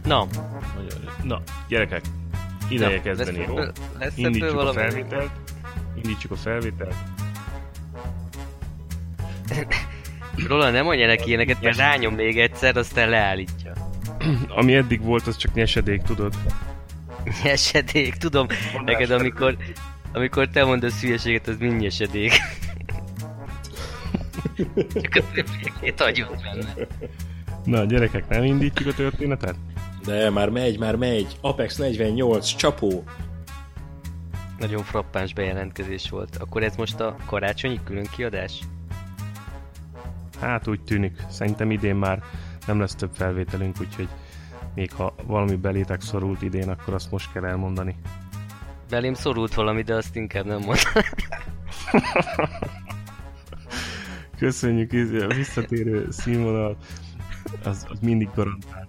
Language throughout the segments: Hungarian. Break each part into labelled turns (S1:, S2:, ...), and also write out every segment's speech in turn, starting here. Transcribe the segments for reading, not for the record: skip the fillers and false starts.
S1: Na,
S2: Na, gyerekek, ideje kezdeni, jó? Indítsuk a felvételt.
S1: Roland, nem mondja neki ilyeneket, mert rányom még egyszer, aztán leállítja.
S2: Ami eddig volt, az csak nyesedék, tudod?
S1: Nyesedék, tudom. Neked amikor te mondasz hülyeséget, az mind nyesedék. Csak a többiekét hagyod benne.
S2: Na, gyerekek, nem indítjuk a történetet?
S3: De már megy. Apex 48, csapó.
S1: Nagyon frappáns bejelentkezés volt. Akkor ez most a karácsonyi különkiadás?
S2: Hát úgy tűnik. Szerintem idén már nem lesz több felvételünk, úgyhogy még ha valami belétek szorult idén, akkor azt most kell elmondani.
S1: Belém szorult valami, de azt inkább nem mondom.
S2: Köszönjük, a visszatérő színvonal az mindig garantált.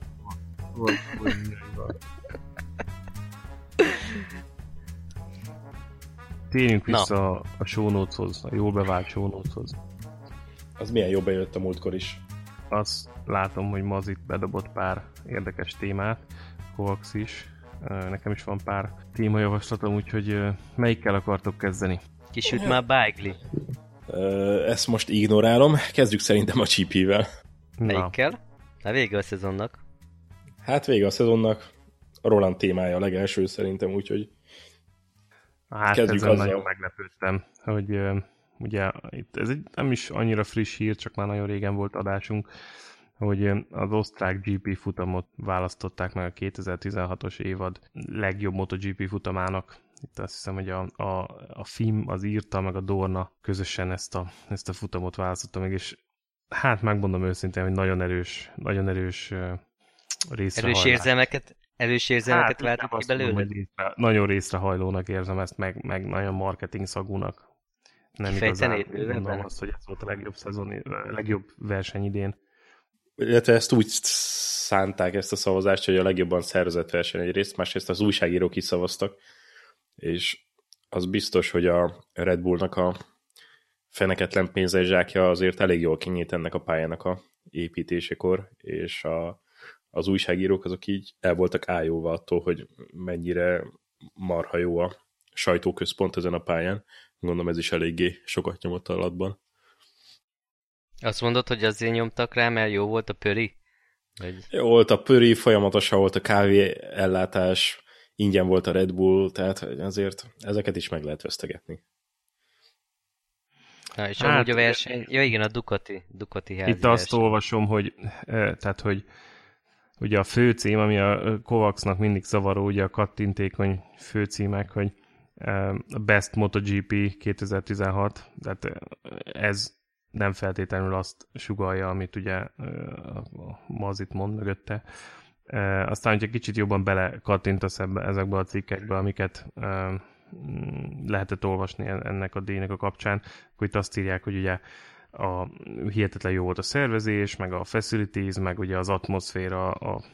S2: Térjünk vissza a show noteshoz, a jól bevált show noteshoz.
S3: Az milyen jobban jött a múltkor is.
S2: Azt látom, hogy Mazit bedobott pár érdekes témát, Kovacs is. Nekem is van pár témajavaslatom, úgyhogy melyikkel akartok kezdeni?
S1: Kisüt már Bájgli.
S3: Ezt most ignorálom. Kezdjük szerintem a GP-vel.
S1: Melyikkel? Na, vége a szezonnak.
S3: Hát vége a szezonnak. A Roland témája a legelső szerintem, úgyhogy
S2: hát kezdjük azzal. Nagyon meglepődtem, hogy ugye itt ez nem is annyira friss hír, csak már nagyon régen volt adásunk, hogy az osztrák GP futamot választották meg a 2016-os évad legjobb MotoGP futamának. Itt azt hiszem, hogy a FIM, az Irta, meg a Dorna közösen ezt a futamot választotta meg, és hát megmondom őszintén, hogy nagyon erős részrehajlás.
S1: Erős érzelmeket váltott ki belőle?
S2: Nagyon részrehajlónak érzem ezt, meg nagyon marketing szagúnak. Nem igazán gondolom azt, hogy ez volt a legjobb szezon, a legjobb verseny idén.
S3: Illetve ezt úgy szánták ezt a szavazást, hogy a legjobban szervezett verseny egyrészt, másrészt az újságírók is szavaztak, és az biztos, hogy a Red Bullnak a feneketlen pénzes zsákja azért elég jól kinyílt ennek a pályának a építésekor, és az újságírók azok így el voltak ájóva attól, hogy mennyire marha jó a sajtóközpont ezen a pályán. Gondolom ez is eléggé sokat nyomott alatban.
S1: Azt mondod, hogy azért nyomtak rá, mert jó volt a pöri? Vagy...
S3: Jó volt a pöri, folyamatosan volt a kávé ellátás, ingyen volt a Red Bull, tehát azért ezeket is meg lehet vesztegetni.
S1: Na, és amúgy a verseny... Ja igen, a Ducati házi
S2: itt azt olvasom, hogy ugye a főcím, ami a Kovacsnak mindig zavaró, ugye a kattintékony főcímek, hogy Best MotoGP 2016, tehát ez nem feltétlenül azt sugallja, amit ugye a Mazit mond mögötte. Aztán, hogyha kicsit jobban belekattintasz ezekbe a cikkekbe, amiket lehetett olvasni ennek a díjnak a kapcsán, akkor itt azt írják, hogy ugye hihetetlen jó volt a szervezés, meg a facilities, meg ugye az atmoszféra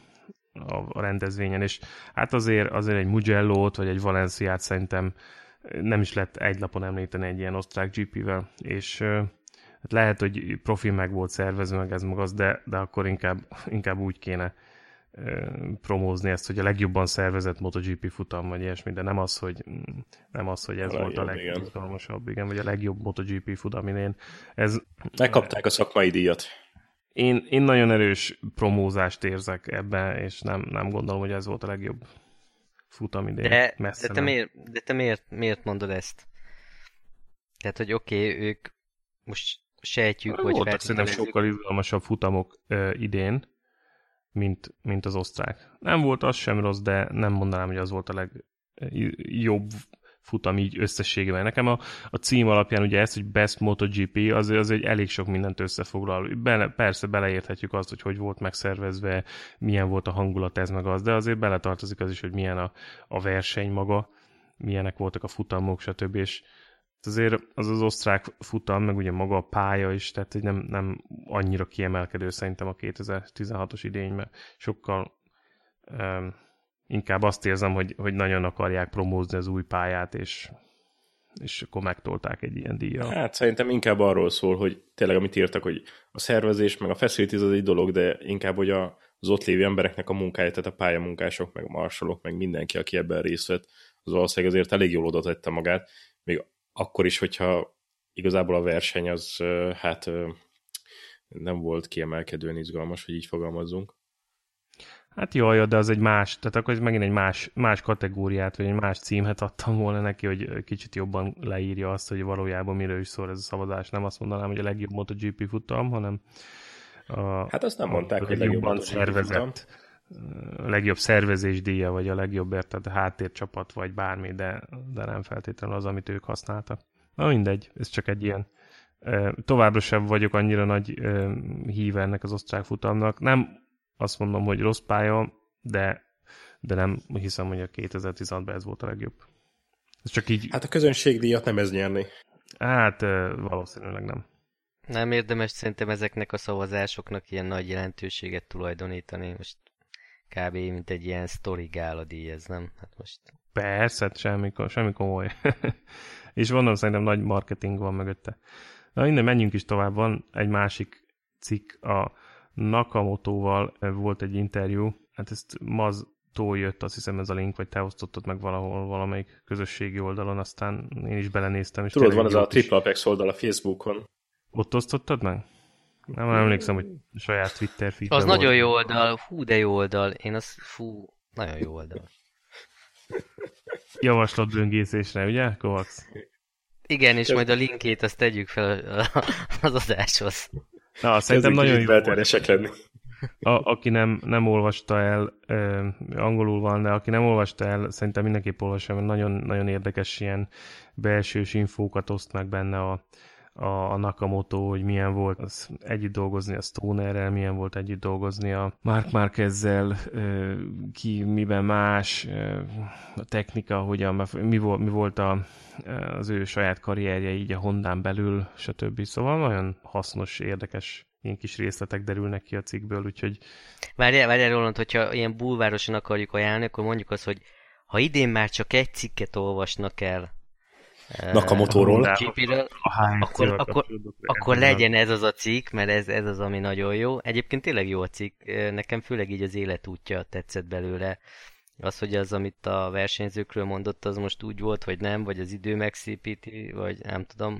S2: a rendezvényen, és hát azért egy Mugello-t, vagy egy Valenciát szerintem nem is lehet egy lapon említeni egy ilyen osztrák GP-vel, és hát lehet, hogy profi meg volt szervezve, meg ez meg az, de akkor inkább úgy kéne promózni ezt, hogy a legjobban szervezett MotoGP futam, vagy ilyesmi, de nem az, hogy ez volt a legizgalmasabb, igen, vagy a legjobb MotoGP futam idén.
S3: Megkapták a szakmai díjat.
S2: Én nagyon erős promózást érzek ebben, és nem gondolom, hogy ez volt a legjobb futam idén.
S1: De te miért mondod ezt? Tehát, hogy oké, ők most sejtjük, hogy
S2: voltak szerintem sokkal izgalmasabb futamok idén, mint az osztrák. Nem volt az sem rossz, de nem mondanám, hogy az volt a legjobb futam így összességében. Nekem a cím alapján ugye ez, hogy Best MotoGP, az egy elég sok mindent összefoglal. Persze beleérthetjük azt, hogy volt megszervezve, milyen volt a hangulat, ez meg az, de azért beletartozik az is, hogy milyen a verseny maga, milyenek voltak a futamok, stb. És azért az osztrák futam, meg ugye maga a pálya is, tehát hogy nem annyira kiemelkedő szerintem a 2016-os idény, mert sokkal inkább azt érzem, hogy nagyon akarják promózni az új pályát, és akkor megtolták egy ilyen díjjal.
S3: Hát szerintem inkább arról szól, hogy tényleg amit írtak, hogy a szervezés, meg a facilities az egy dolog, de inkább, hogy az az ott lévő embereknek a munkája, tehát a pályamunkások, meg a marsalok, meg mindenki, aki ebben részt vett, az valószínűleg azért elég jól oda tette magát, még akkor is, hogyha igazából a verseny az hát nem volt kiemelkedően izgalmas, hogy így fogalmazzunk.
S2: Hát jaj, de az egy más, tehát akkor ez megint egy más kategóriát, vagy egy más címhet adtam volna neki, hogy kicsit jobban leírja azt, hogy valójában miről is szól ez a szavazás. Nem azt mondanám, hogy a legjobb MotoGP futam, hanem
S3: hát azt nem mondták, hogy
S2: legjobban szervezett, a legjobb szervezésdíja, vagy a legjobb tehát a háttércsapat, vagy bármi, de nem feltétlenül az, amit ők használtak. Na mindegy, ez csak egy ilyen. Továbbra sem vagyok annyira nagy híve ennek az osztrák futamnak. Nem azt mondom, hogy rossz pálya, de nem hiszem, hogy a 2016-ban ez volt a legjobb. Ez csak így...
S3: Hát a közönségdíjat nem ez nyerni.
S2: Hát valószínűleg nem.
S1: Nem érdemes szerintem ezeknek a szavazásoknak ilyen nagy jelentőséget tulajdonítani. Most kb. Mint egy ilyen sztori gála díj, ez nem? Hát most...
S2: Persze, semmi komoly. És mondom, szerintem nagy marketing van mögötte. Na innen menjünk is tovább. Van egy másik cikk, a Nakamotoval volt egy interjú. Hát ezt Maztól jött, azt hiszem ez a link, vagy te osztottad meg valahol valamelyik közösségi oldalon, aztán én is belenéztem. És
S3: tudod, van ez a Triple Apex oldal a Facebookon.
S2: Ott osztottad meg? Nem emlékszem, hogy saját Twitter feedben
S1: az volt. Nagyon jó oldal, de jó oldal. Nagyon jó oldal.
S2: Javaslatböngészésre, ugye, Kovacs?
S1: Igen, és majd a linkét azt tegyük fel az adáshoz.
S2: Na, szerintem nagyon jó
S3: belterjesek lenni.
S2: Aki nem olvasta el, angolul van, de aki nem olvasta el, szerintem mindenképp olvassa, mert nagyon, nagyon érdekes ilyen belsős infókat oszt meg benne a Nakamoto, hogy milyen volt az együtt dolgozni a Stonerrel, milyen volt együtt dolgozni a Marc Márquezzel, ki miben más, a technika, hogyan, mi volt az ő saját karrierje így a Hondán belül, stb. Szóval nagyon hasznos, érdekes ilyen kis részletek derülnek ki a cikkből, úgyhogy...
S1: Várjál Roland, hogyha ilyen bulvárosan akarjuk ajánlani, akkor mondjuk azt, hogy ha idén már csak egy cikket olvasnak el
S3: Nakamotóról,
S1: akkor legyen ez az a cikk, mert ez az, ami nagyon jó. Egyébként tényleg jó a cikk, nekem főleg így az életútja tetszett belőle. Az, hogy az, amit a versenyzőkről mondott, az most úgy volt, vagy nem, vagy az idő megszépíti, vagy nem tudom.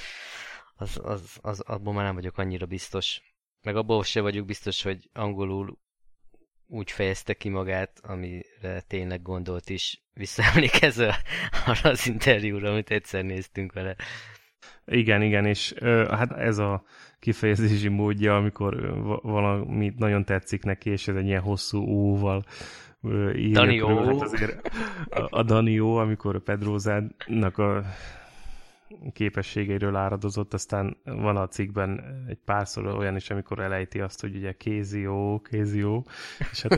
S1: Abban már nem vagyok annyira biztos. Meg abból se vagyok biztos, hogy angolul úgy fejezte ki magát, amire tényleg gondolt is. Visszaemlékezve arra az interjúra, amit egyszer néztünk vele.
S2: Igen, és hát ez a kifejezési módja, amikor valami nagyon tetszik neki, és ez egy ilyen hosszú óval írja.
S1: Danió.
S2: Hát azért a Danió, amikor a Pedrózának a képességeiről áradozott, aztán van a cikkben egy párszor olyan is, amikor elejti azt, hogy ugye kézió, és hát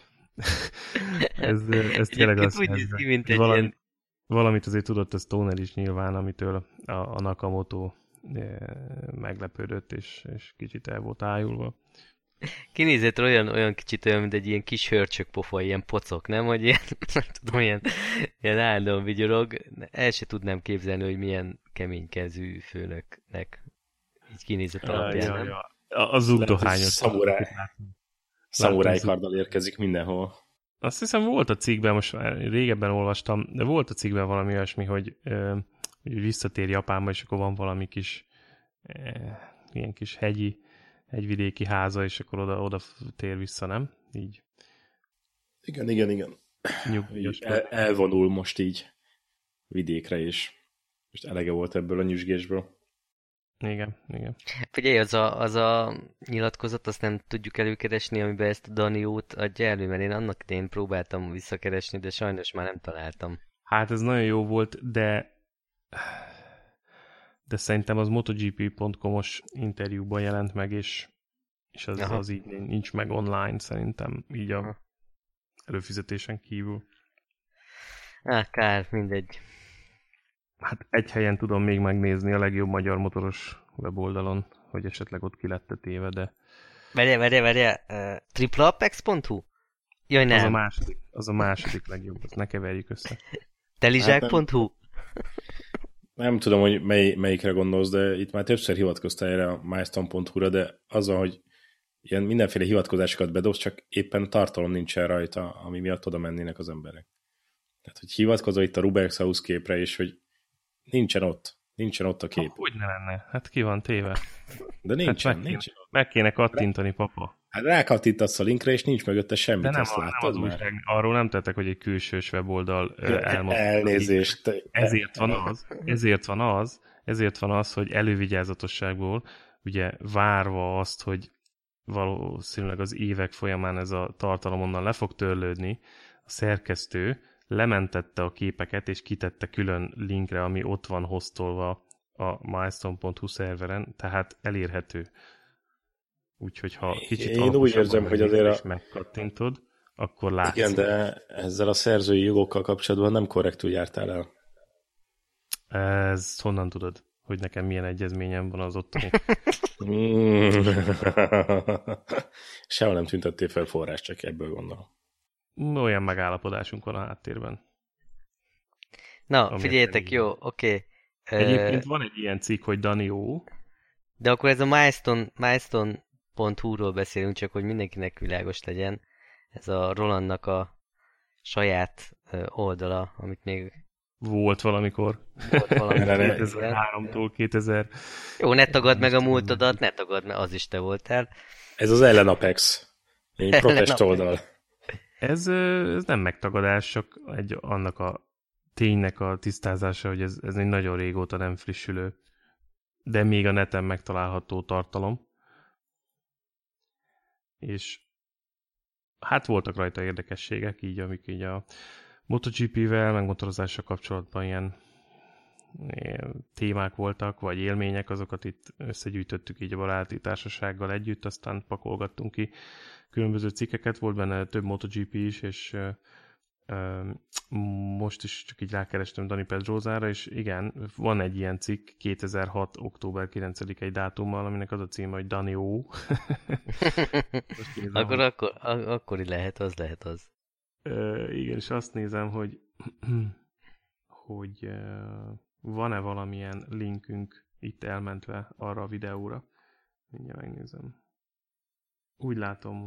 S2: ez tényleg az, valamit azért tudott a Stoner is nyilván, amitől a Nakamoto meglepődött, és kicsit el volt ájulva.
S1: Kinézett olyan kicsit olyan, mint egy ilyen kis hörcsökpofa, ilyen pocok, nem? Hogy ilyen, nem tudom, ilyen állandóan vigyorog. El se tudnám képzelni, hogy milyen keménykezű főnöknek így kinézett alapján, nem?
S2: Az zugdohányot.
S3: Szamuráj karddal érkezik mindenhol.
S2: Azt hiszem volt a cikkben, most régebben olvastam, de volt a cikkben valami olyasmi, hogy visszatér Japánba, és akkor van valami kis ilyen kis hegyvidéki háza, és akkor oda tér vissza, nem? Így.
S3: Igen. Elvonul most így vidékre, és most elege volt ebből a nyüzsgésből.
S2: Igen.
S1: Figyelj, az a nyilatkozat, azt nem tudjuk előkeresni, amiben ezt a Daniót adja elő, mert én annak idején próbáltam visszakeresni, de sajnos már nem találtam.
S2: Hát ez nagyon jó volt, de szerintem az MotoGP.com-os interjúban jelent meg, és az így nincs meg online, szerintem így a előfizetésen kívül.
S1: Kár, mindegy.
S2: Hát egy helyen tudom még megnézni a legjobb magyar motoros weboldalon, hogy esetleg ott ki lett téve, de...
S1: Várjál, tripleapex.hu? Jaj, nem.
S2: Az a második legjobb, azt ne keverjük össze.
S1: Telizsák.hu?
S3: Nem tudom, hogy melyikre gondolsz, de itt már többször hivatkoztál erre a milestone.hu-ra, de azzal, hogy ilyen mindenféle hivatkozásokat bedobsz, csak éppen tartalom nincsen rajta, ami miatt oda mennének az emberek. Tehát, hogy hivatkozol itt a Rubens képre, és hogy nincsen ott a kép.
S2: Hogy ne lenne? Hát ki van téve?
S3: De nincsen.
S2: Meg kéne kattintani, papa.
S3: Hát rákattintasz a linkre, és nincs mögötte semmit,
S2: de nem,
S3: azt láttad
S2: nem az
S3: már?
S2: újság, arról nem tettek, hogy egy külsős weboldal elmondta.
S3: Elnézést.
S2: Ezért van az, hogy elővigyázatosságból, ugye várva azt, hogy valószínűleg az évek folyamán ez a tartalom onnan le fog törlődni, a szerkesztő lementette a képeket, és kitette külön linkre, ami ott van hostolva a milestone.hu szerveren, tehát elérhető. Úgyhogy ha kicsit
S3: én úgy érzem, hogy azért
S2: megkattintod, akkor látszik.
S3: Igen, de ezzel a szerzői jogokkal kapcsolatban nem korrektül jártál el.
S2: Ez honnan tudod, hogy nekem milyen egyezményem van az ottani?
S3: Sehol nem tüntettél fel forrás, csak ebből gondolom.
S2: Olyan megállapodásunk van a háttérben.
S1: Na, figyeljetek, jó, oké.
S2: Egyébként van egy ilyen cikk, hogy Danió.
S1: De akkor ez a milestone.hu-ról beszélünk, csak hogy mindenkinek világos legyen. Ez a Rolandnak a saját oldala, amit még
S2: volt valamikor.
S1: Volt valami
S2: 2003-tól 2000.
S1: Jó, ne tagad meg a múltodat, ne tagad meg, az is te voltál.
S3: Ez az Ellenapex. Egy protest oldal.
S2: Ez nem megtagadás, csak annak a ténynek a tisztázása, hogy ez egy nagyon régóta nem frissülő, de még a neten megtalálható tartalom. És hát voltak rajta érdekességek, így amik így a MotoGP-vel, meg motorozással kapcsolatban ilyen témák voltak, vagy élmények, azokat itt összegyűjtöttük így a baráti társasággal együtt, aztán pakolgattunk ki különböző cikkeket, volt benne több MotoGP is, és most is csak így rákerestem Dani Pedrosára, és igen, van egy ilyen cikk 2006. október 9-i dátummal, aminek az a címe, hogy Dani-O.
S1: Akkor lehet az.
S2: Igen, és azt nézem, hogy van-e valamilyen linkünk itt elmentve arra a videóra. Mindjárt megnézem. Úgy látom,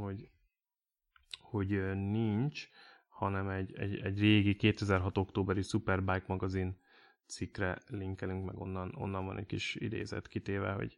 S2: hogy nincs, hanem egy régi 2006. októberi Superbike magazin cikkre linkelünk, meg onnan van egy kis idézet kitéve, hogy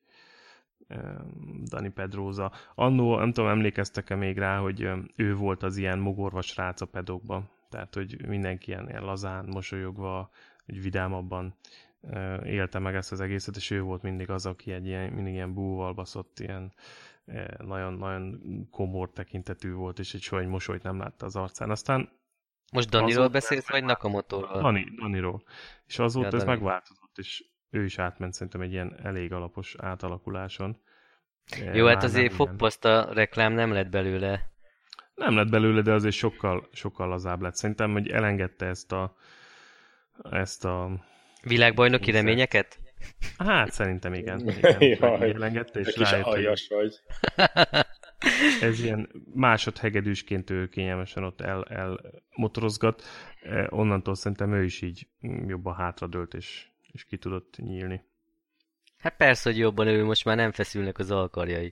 S2: Dani Pedrosa. Annó, nem tudom, emlékeztek-e még rá, hogy ő volt az ilyen mogorva srác a pedokban. Tehát, hogy mindenki ilyen lazán, mosolyogva, hogy vidámabban élte meg ezt az egészet, és ő volt mindig az, aki mindig ilyen búval baszott, ilyen nagyon komor tekintetű volt, és egy soha egy mosolyt nem látta az arcán. Aztán
S1: most Daniról beszélsz, vagy Nakamotóról?
S2: Daniról. És azóta ez megváltozott, és ő is átment szerintem egy ilyen elég alapos átalakuláson.
S1: Jó, hát azért fogpaszta reklám nem lett belőle.
S2: Nem lett belőle, de azért sokkal lazább lett. Szerintem, hogy elengedte ezt a
S1: világbajnoki reményeket?
S2: Hát szerintem igen. Elengedte, és
S3: rájött, vagy.
S2: Ez ilyen másodhegedűsként ő kényelmesen ott elmotorozgat. Onnantól szerintem ő is így jobban hátradőlt, és ki tudott nyílni.
S1: Hát persze, hogy jobban ő, most már nem feszülnek az alkarjai.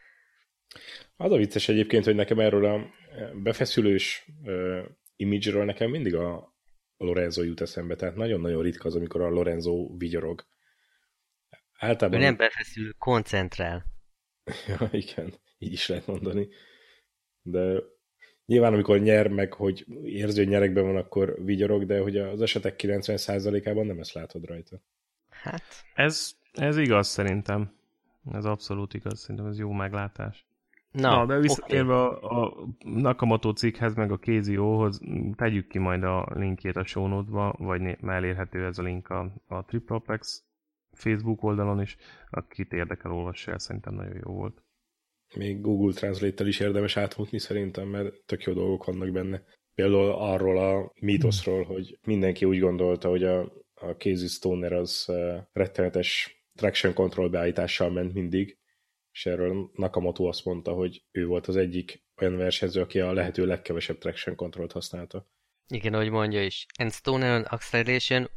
S3: Az a vicces egyébként, hogy nekem erről a befeszülős image-ről nekem mindig a Lorenzo jut eszembe, tehát nagyon-nagyon ritka az, amikor a Lorenzo vigyorog.
S1: Általában... Ő nem befeszül, koncentrál.
S3: Ja, igen, így is lehet mondani. De nyilván, amikor nyer meg, hogy érzi, hogy nyerekben van, akkor vigyorog, de hogy az esetek 90%-ában nem ezt látod rajta.
S1: Hát...
S2: Ez igaz szerintem. Ez abszolút igaz, szerintem ez jó meglátás.
S1: Na
S2: de visszatérve a Nakamoto cikkhez, meg a KZO-hoz, tegyük ki majd a linkjét a show note-ba, vagy elérhető ez a link a Tripleplex Facebook oldalon is, akit érdekel, olvassa el, szerintem nagyon jó volt.
S3: Még Google Translate-tel is érdemes átmutni szerintem, mert tök jó dolgok vannak benne. Például arról a mítoszról, hogy mindenki úgy gondolta, hogy a Casey Stoner az rettenetes traction control beállítással ment mindig, és erről Nakamoto azt mondta, hogy ő volt az egyik olyan versenyző, aki a lehető legkevesebb traction controlt használta.
S1: Igen, ahogy mondja is. And Stoner on acceleration,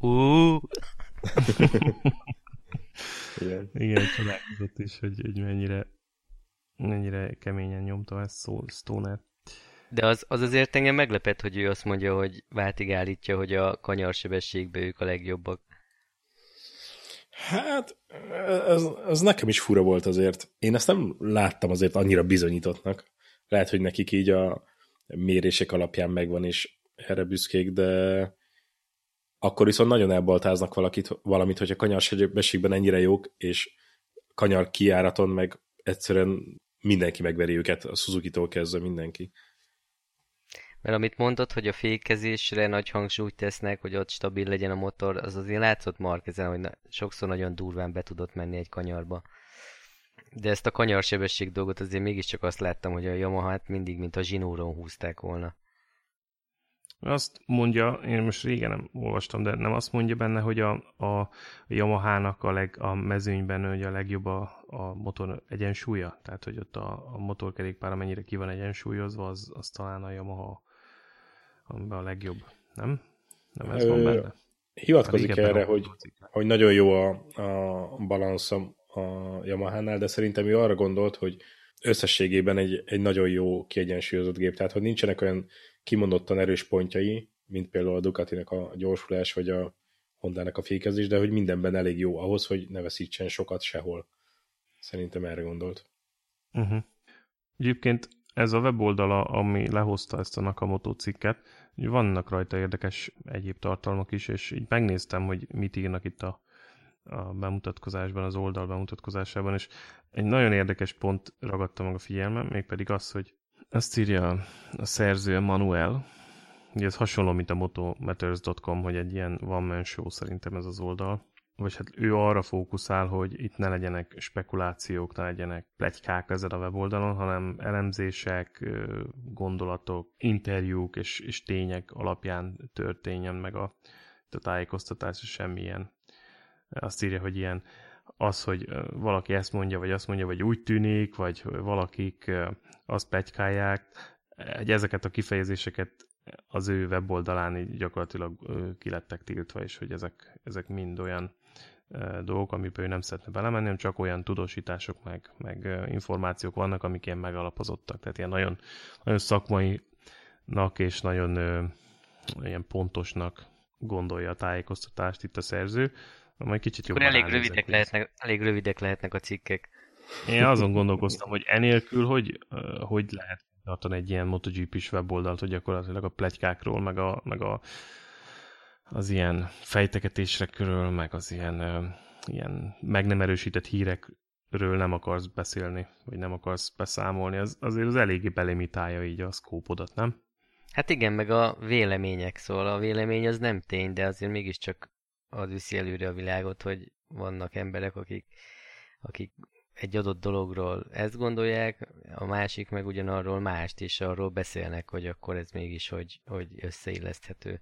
S2: Igen, csodálkozott is, hogy mennyire Mennyire keményen nyomta ezt Stoner.
S1: De az azért engem meglepett, hogy ő azt mondja, hogy váltig állítja, hogy a kanyarsebességben ők a legjobbak.
S3: Hát, ez nekem is fura volt azért. Én ezt nem láttam azért annyira bizonyítottnak. Lehet, hogy nekik így a mérések alapján megvan, és erre büszkék, de akkor viszont nagyon elbaltáznak valamit, hogy a kanyarsebességben ennyire jók, és kanyar kijáraton meg egyszerűen mindenki megveri őket, a Suzuki-tól kezdve mindenki.
S1: Mert amit mondod, hogy a fékezésre nagy hangsúlyt tesznek, hogy ott stabil legyen a motor, az azért látszott Marquezen, hogy sokszor nagyon durván be tudott menni egy kanyarba. De ezt a kanyarsebesség dolgot azért mégiscsak azt láttam, hogy a Yamahát mindig, mint a zsinóron húzták volna.
S2: Azt mondja, én most régen nem olvastam, de nem azt mondja benne, hogy a Yamahának a mezőnyben hogy a legjobb a motor egyensúlya? Tehát, hogy ott a motorkerékpár amennyire ki van egyensúlyozva, az talán a Yamaha amiben a legjobb, nem? Nem ez van benne?
S3: Hivatkozik erre, hogy nagyon jó a balansz a Yamahánál, de szerintem ő arra gondolt, hogy összességében egy nagyon jó kiegyensúlyozott gép, tehát hogy nincsenek olyan kimondottan erős pontjai, mint például a Ducatinek a gyorsulás, vagy a Hondának a fékezés, de hogy mindenben elég jó ahhoz, hogy ne veszítsen sokat sehol. Szerintem erre gondolt.
S2: Uh-huh. Egyébként ez a weboldala, ami lehozta ezt a Nakamoto cikket, vannak rajta érdekes egyéb tartalmak is, és így megnéztem, hogy mit írnak itt a bemutatkozásban, az oldal bemutatkozásában, és egy nagyon érdekes pont ragadta meg a figyelmem, mégpedig az, hogy azt írja a szerző Manuel, ugye ez hasonló, mint a motomatters.com, hogy egy ilyen one-man show szerintem ez az oldal, vagy hát ő arra fókuszál, hogy itt ne legyenek spekulációk, ne legyenek pletykák ezen a weboldalon, hanem elemzések, gondolatok, interjúk és tények alapján történjen meg a tájékoztatás, és semmilyen. Azt írja, hogy ilyen az, hogy valaki ezt mondja, vagy úgy tűnik, vagy valakik azt pletykálják, hogy ezeket a kifejezéseket az ő weboldalán így gyakorlatilag ki lettek tiltva, és hogy ezek mind olyan dolgok, amiben ő nem szeretne belemenni, hanem csak olyan tudósítások, meg információk vannak, amik ilyen megalapozottak. Tehát ilyen nagyon, nagyon szakmainak és nagyon ilyen pontosnak gondolja a tájékoztatást itt a szerző. Majd kicsit jobban
S1: elég rövidek lehetnek a cikkek.
S2: Én azon gondolkoztam, hogy enélkül hogy lehet tartani egy ilyen MotoGP-s weboldalt, hogy gyakorlatilag a pletykákról, meg az ilyen fejtegetésre körül, meg az ilyen meg nem erősített hírekről nem akarsz beszélni, vagy nem akarsz beszámolni. Azért az eléggé belimitálja így a szkópodat, nem?
S1: Hát igen, meg a vélemények, szóval a vélemény az nem tény, de azért mégiscsak az viszi előre a világot, hogy vannak emberek, akik egy adott dologról ezt gondolják, a másik meg ugyanarról mást, és arról beszélnek, hogy akkor ez mégis hogy összeilleszthető.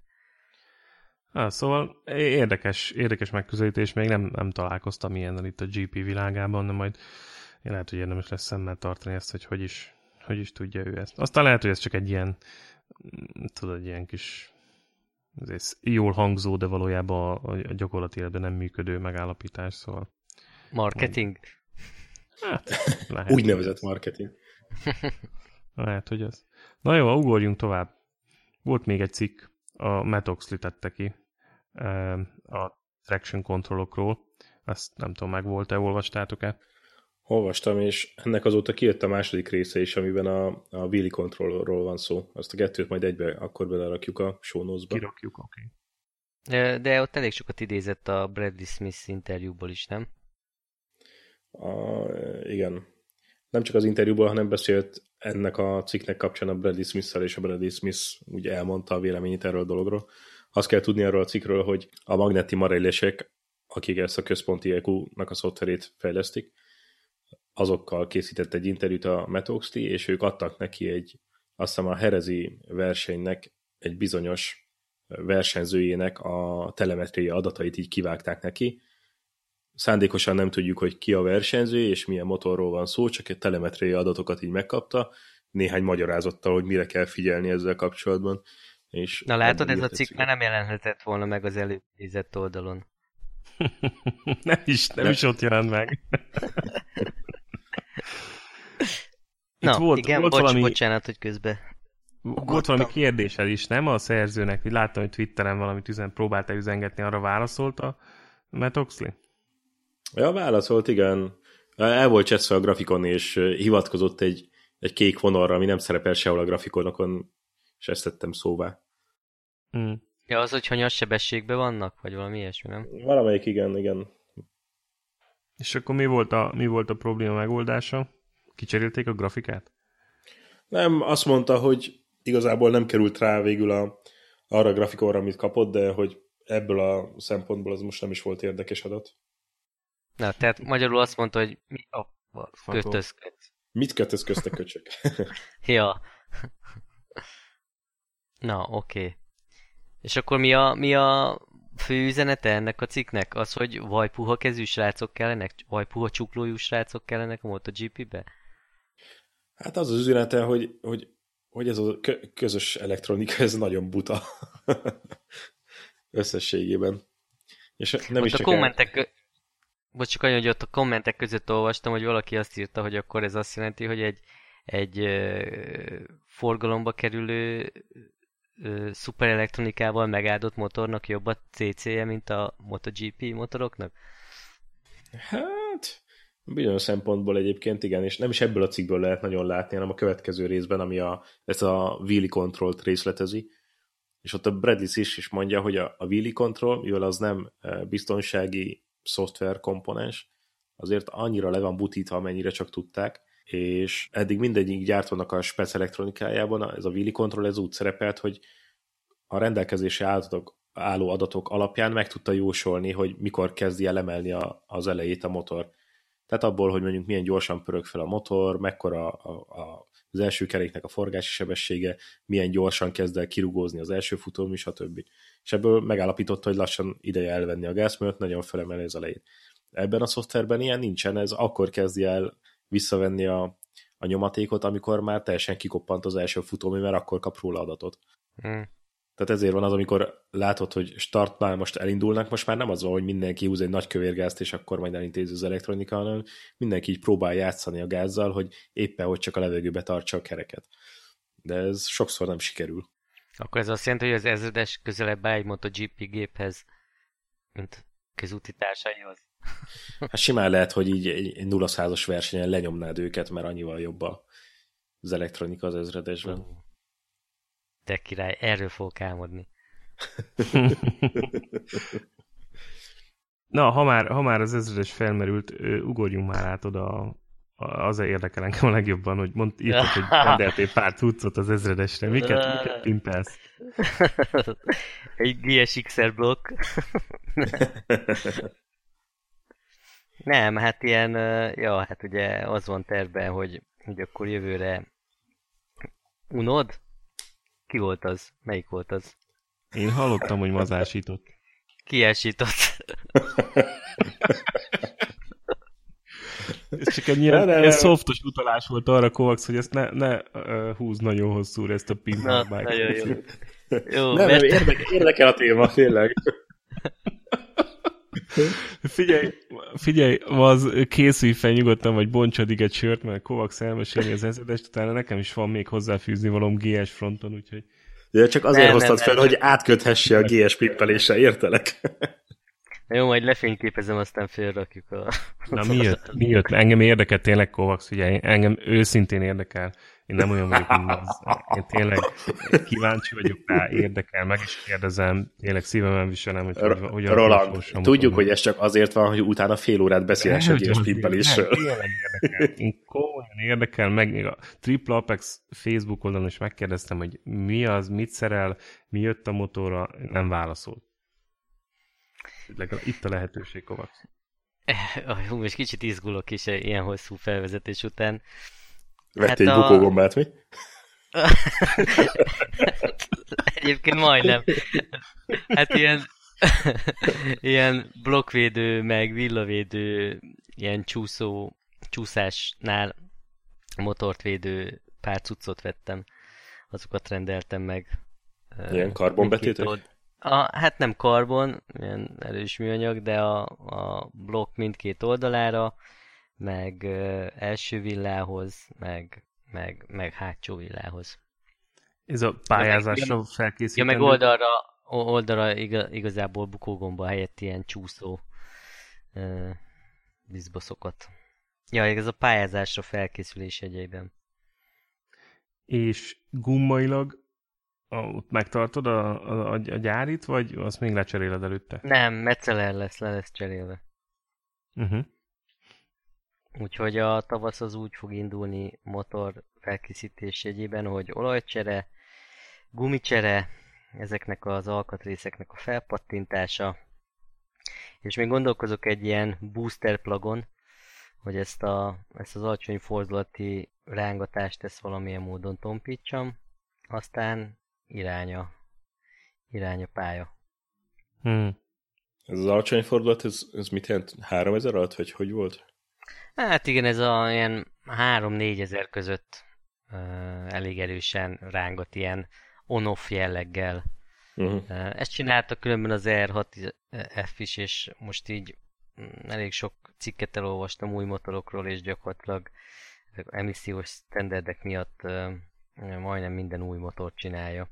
S2: Szóval érdekes megközelítés, még nem találkoztam ilyennel itt a GP világában, de majd én lehet, hogy érdemes lesz szemmel tartani ezt, hogy is tudja ő ezt. Aztán lehet, hogy ez csak egy ilyen, tudod, ilyen kis jól hangzó, de valójában a gyakorlati életben nem működő megállapítás, szóval...
S1: Marketing?
S2: Hát, lehet.
S3: Úgynevezett marketing.
S2: Lehet, hogy az. Na jó, ugorjunk tovább. Volt még egy cikk, a Matt Oxley tette ki a traction controlokról. Ezt nem tudom, megvolt-e, olvastátok-e?
S3: Olvastam, és ennek azóta kijött a második része is, amiben a wheelie controlról van szó. Azt a kettőt majd egybe akkor belerakjuk a show notes-ba.
S2: Kirakjuk, oké.
S1: De ott elég sokat idézett a Bradley Smith interjúból is, nem?
S3: Igen. Nem csak az interjúból, hanem beszélt ennek a cikknek kapcsán a Bradley Smith-szel, és a Bradley Smith úgy elmondta a véleményét erről a dologról. Azt kell tudni erről a cikkről, hogy a Magneti Marellesek, akik ezt a központi EQ-nak a szoftverét fejlesztik, azokkal készített egy interjút a Matt Oxley, és ők adtak neki azt hiszem a Herezi versenynek egy bizonyos versenyzőjének a telemetria adatait így kivágták neki. Szándékosan nem tudjuk, hogy ki a versenyző, és milyen motorról van szó, csak egy telemetriai adatokat így megkapta, néhány magyarázattal, hogy mire kell figyelni ezzel kapcsolatban. És
S1: na látod, ez a cikk már nem jelenhetett volna meg az előidézett oldalon.
S2: nem is ott jelent meg. Itt
S1: Na, igen,
S2: volt valami,
S1: bocsánat, hogy közbe
S2: volt valami
S1: ugattam.
S2: kérdésed is, nem? A szerzőnek, hogy láttam, hogy Twitteren valamit próbálta üzengetni, arra válaszolt a Matt Oxley?
S3: Ja, válaszolt, igen. El volt cseszve a grafikon, és hivatkozott egy kék vonalra, ami nem szerepel sehol a grafikonokon, és ezt tettem szóvá.
S2: Mm.
S1: Ja, az, hogy hanyas sebességben vannak, vagy valami ilyesmi, nem?
S3: Valamelyik igen, igen.
S2: És akkor mi volt a probléma megoldása? Kicserélték a grafikát?
S3: Nem, azt mondta, hogy igazából nem került rá végül arra a grafikonra, amit kapott, de hogy ebből a szempontból az most nem is volt érdekes adat.
S1: Na, tehát magyarul azt mondta, hogy mi a kötözködsz.
S3: Mit kötözködtek köcsök?
S1: Ja. Na, oké. És akkor mi a fő üzenete ennek a cikknek? Az, hogy vajpuha kezű srácok kellenek, vajpuha csuklójú srácok kellenek a MotoGP-be?
S3: Hát az az üzenete, hogy ez a közös elektronika, ez nagyon buta. Összességében. És nem
S1: Ott
S3: is
S1: a
S3: csak
S1: kommentek, bocs, csak annyi, hogy ott a kommentek között olvastam, hogy valaki azt írta, hogy akkor ez azt jelenti, hogy egy forgalomba kerülő szuperelektronikával megáldott motornak jobb a CC-je, mint a MotoGP motoroknak?
S3: Hát, bizonyos szempontból egyébként igen, és nem is ebből a cikkből lehet nagyon látni, hanem a következő részben, ami ezt a wheelie control-t részletezi, és ott a Bradley is mondja, hogy a wheelie control, mivel az nem biztonsági szoftver komponens, azért annyira le van butítva, amennyire csak tudták, és eddig mindegyik gyártónak a spec elektronikájában ez a wheelie control ez úgy szerepelt, hogy a rendelkezésre álló adatok alapján meg tudta jósolni, hogy mikor kezdi el emelni az elejét a motor. Tehát abból, hogy mondjuk milyen gyorsan pörög fel a motor, mekkora az első keréknek a forgási sebessége, milyen gyorsan kezd el kirugózni az első futóm, stb. És ebből megállapította, hogy lassan ideje elvenni a gáz, mert nagyon felemeli az elejét. Ebben a szoftverben ilyen nincsen, ez akkor kezdi el visszavenni a nyomatékot, amikor már teljesen kikoppant az első futóm, mert akkor kap róla adatot. Tehát ezért van az, amikor látod, hogy startnál most elindulnak, most már nem az van, hogy mindenki húz egy nagy kövérgázt, és akkor majd elintézi az elektronika, hanem mindenki így próbál játszani a gázzal, hogy éppen hogy csak a levegőbe tartsa a kereket. De ez sokszor nem sikerül.
S1: Akkor ez azt jelenti, hogy az ezredes közelebb áll egy MotoGP géphez, mint közúti társaihoz.
S3: Hát simán lehet, hogy így egy 0-100-as versenyen lenyomnád őket, mert annyival jobb az elektronika az ezredesben.
S1: Te király, erről fogok álmodni.
S2: Na, ha már az ezredes felmerült, ugorjunk már át oda, az érdekel engem a legjobban, hogy írtad, hogy rendeltél pár cuccot az ezredesre. Miket pimpelsz?
S1: Egy GSX-er blokk. Nem, hát ilyen, ja, hát ugye az van tervben, hogy akkor jövőre unod? Ki volt az? Melyik volt az?
S2: Én hallottam, hogy mazásított.
S1: Kiásított.
S2: Ez csak egy ilyen softos utalás volt arra, Kovacs, hogy ezt ne húzz nagyon hosszúra ezt a pinball bike.
S1: Nagyon jó. Jó,
S3: nem, érdekel a téma, tényleg.
S2: Figyelj, készülj fel nyugodtan, vagy bonts addig egy sört, mert Kovacs elmesélni az ezredest, utána nekem is van még hozzáfűzni valóm GS fronton, úgyhogy...
S3: De csak azért hoztad fel, hogy átköthesse a GS pimpelésre, értelek?
S1: Jó, majd lefényképezem, aztán félrakjuk a...
S2: Na mi jött? Engem érdekel tényleg, Kovacs, figyelj, engem őszintén érdekel. Én nem olyan vagyok, mint az. Én tényleg kíváncsi vagyok rá, érdekel, meg is kérdezem, tényleg szívemen viselem, hogy hogyan...
S3: Roland, tudjuk, hogy ez csak azért van, hogy utána fél órát beszélhess a GS pimpelésről.
S2: Tényleg érdekel. Én komolyan érdekel, meg még a Triple Apex Facebook oldalon is megkérdeztem, hogy mi az, mit szerel, mi jött a motorra, nem válaszolt. Legalább itt a lehetőség, Kovacs.
S1: Most kicsit izgulok is ilyen hosszú felvezetés után.
S3: Vettél egy bukógombát, mi?
S1: Egyébként majdnem. Hát ilyen blokkvédő, meg villavédő, ilyen csúszásnál motort védő pár cuccot vettem. Azokat rendeltem meg.
S3: Ilyen karbonbetétek?
S1: Hát nem karbon, ilyen erős műanyag, de a blokk mindkét oldalára, meg első villához, meg meg hátsó villához.
S2: Ez a pályázásra felkészítendő?
S1: Ja, meg oldalra igazából bukógomba helyett ilyen csúszó bizbaszokat. Ja, ez a pályázásra felkészülés jegyeiben.
S2: És gummailag ott megtartod a gyárit, vagy azt még lecseréled előtte?
S1: Nem, Metzeler le lesz cserélve. Úgyhogy a tavasz az úgy fog indulni motor felkészítés jegyében, hogy olajcsere, gumicsere, ezeknek az alkatrészeknek a felpattintása, és még gondolkozok egy ilyen booster plugon, hogy ezt az alacsony fordulati rángatást ezt valamilyen módon tompítsam, aztán irány a pálya.
S3: Ez az alacsony fordulat, ez mit jelent? 3000 alatt, vagy hogy volt?
S1: Hát igen, ez ilyen 3-4 ezer között elég erősen rángat ilyen on-off jelleggel. Ezt csinálta különben az R6F is, és most így elég sok cikket elolvastam új motorokról, és gyakorlatilag emissziós standardek miatt majdnem minden új motor csinálja.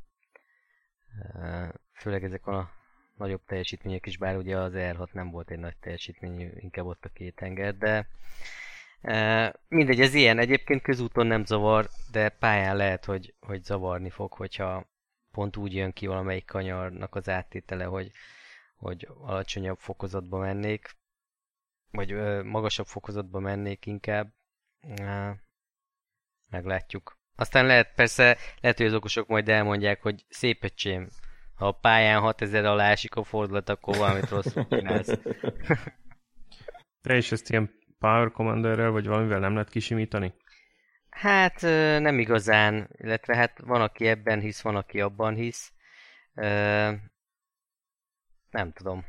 S1: Főleg ezek a nagyobb teljesítmények is, bár ugye az R6 nem volt egy nagy teljesítményű, inkább ott a két henger, de mindegy, ez ilyen. Egyébként közúton nem zavar, de pályán lehet, hogy zavarni fog, hogyha pont úgy jön ki valamelyik kanyarnak az áttétele, hogy alacsonyabb fokozatba mennék, vagy magasabb fokozatba mennék inkább. Meglátjuk. Aztán lehet, hogy az okosok majd elmondják, hogy szép öcsém, ha a pályán 6000 alá esik a fordulat, akkor valamit rosszul csinálsz.
S2: Te is ezt ilyen Power Commanderrel, vagy valamivel nem lehet kisimítani?
S1: Hát nem igazán, illetve hát van, aki ebben hisz, van, aki abban hisz. Nem tudom.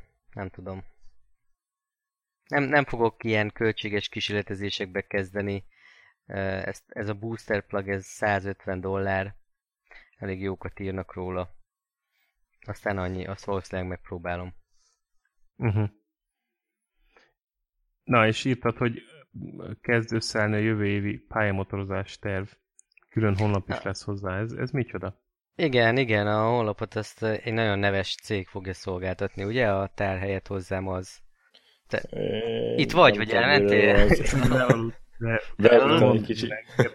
S1: Nem fogok ilyen költséges kísérletezésekbe kezdeni. Ez a booster plug, ez $150. Elég jókat írnak róla. Aztán annyi, azt valószínűleg megpróbálom.
S2: Na, és írtad, hogy kezd összeállni a jövő évi pályamotorozás terv. Külön honlap is lesz hozzá. Ez micsoda?
S1: Igen, a honlapot ezt egy nagyon neves cég fogja szolgáltatni, ugye? A tárhelyet hozzám az. Itt vagy elmentél?
S3: De egy kicsit.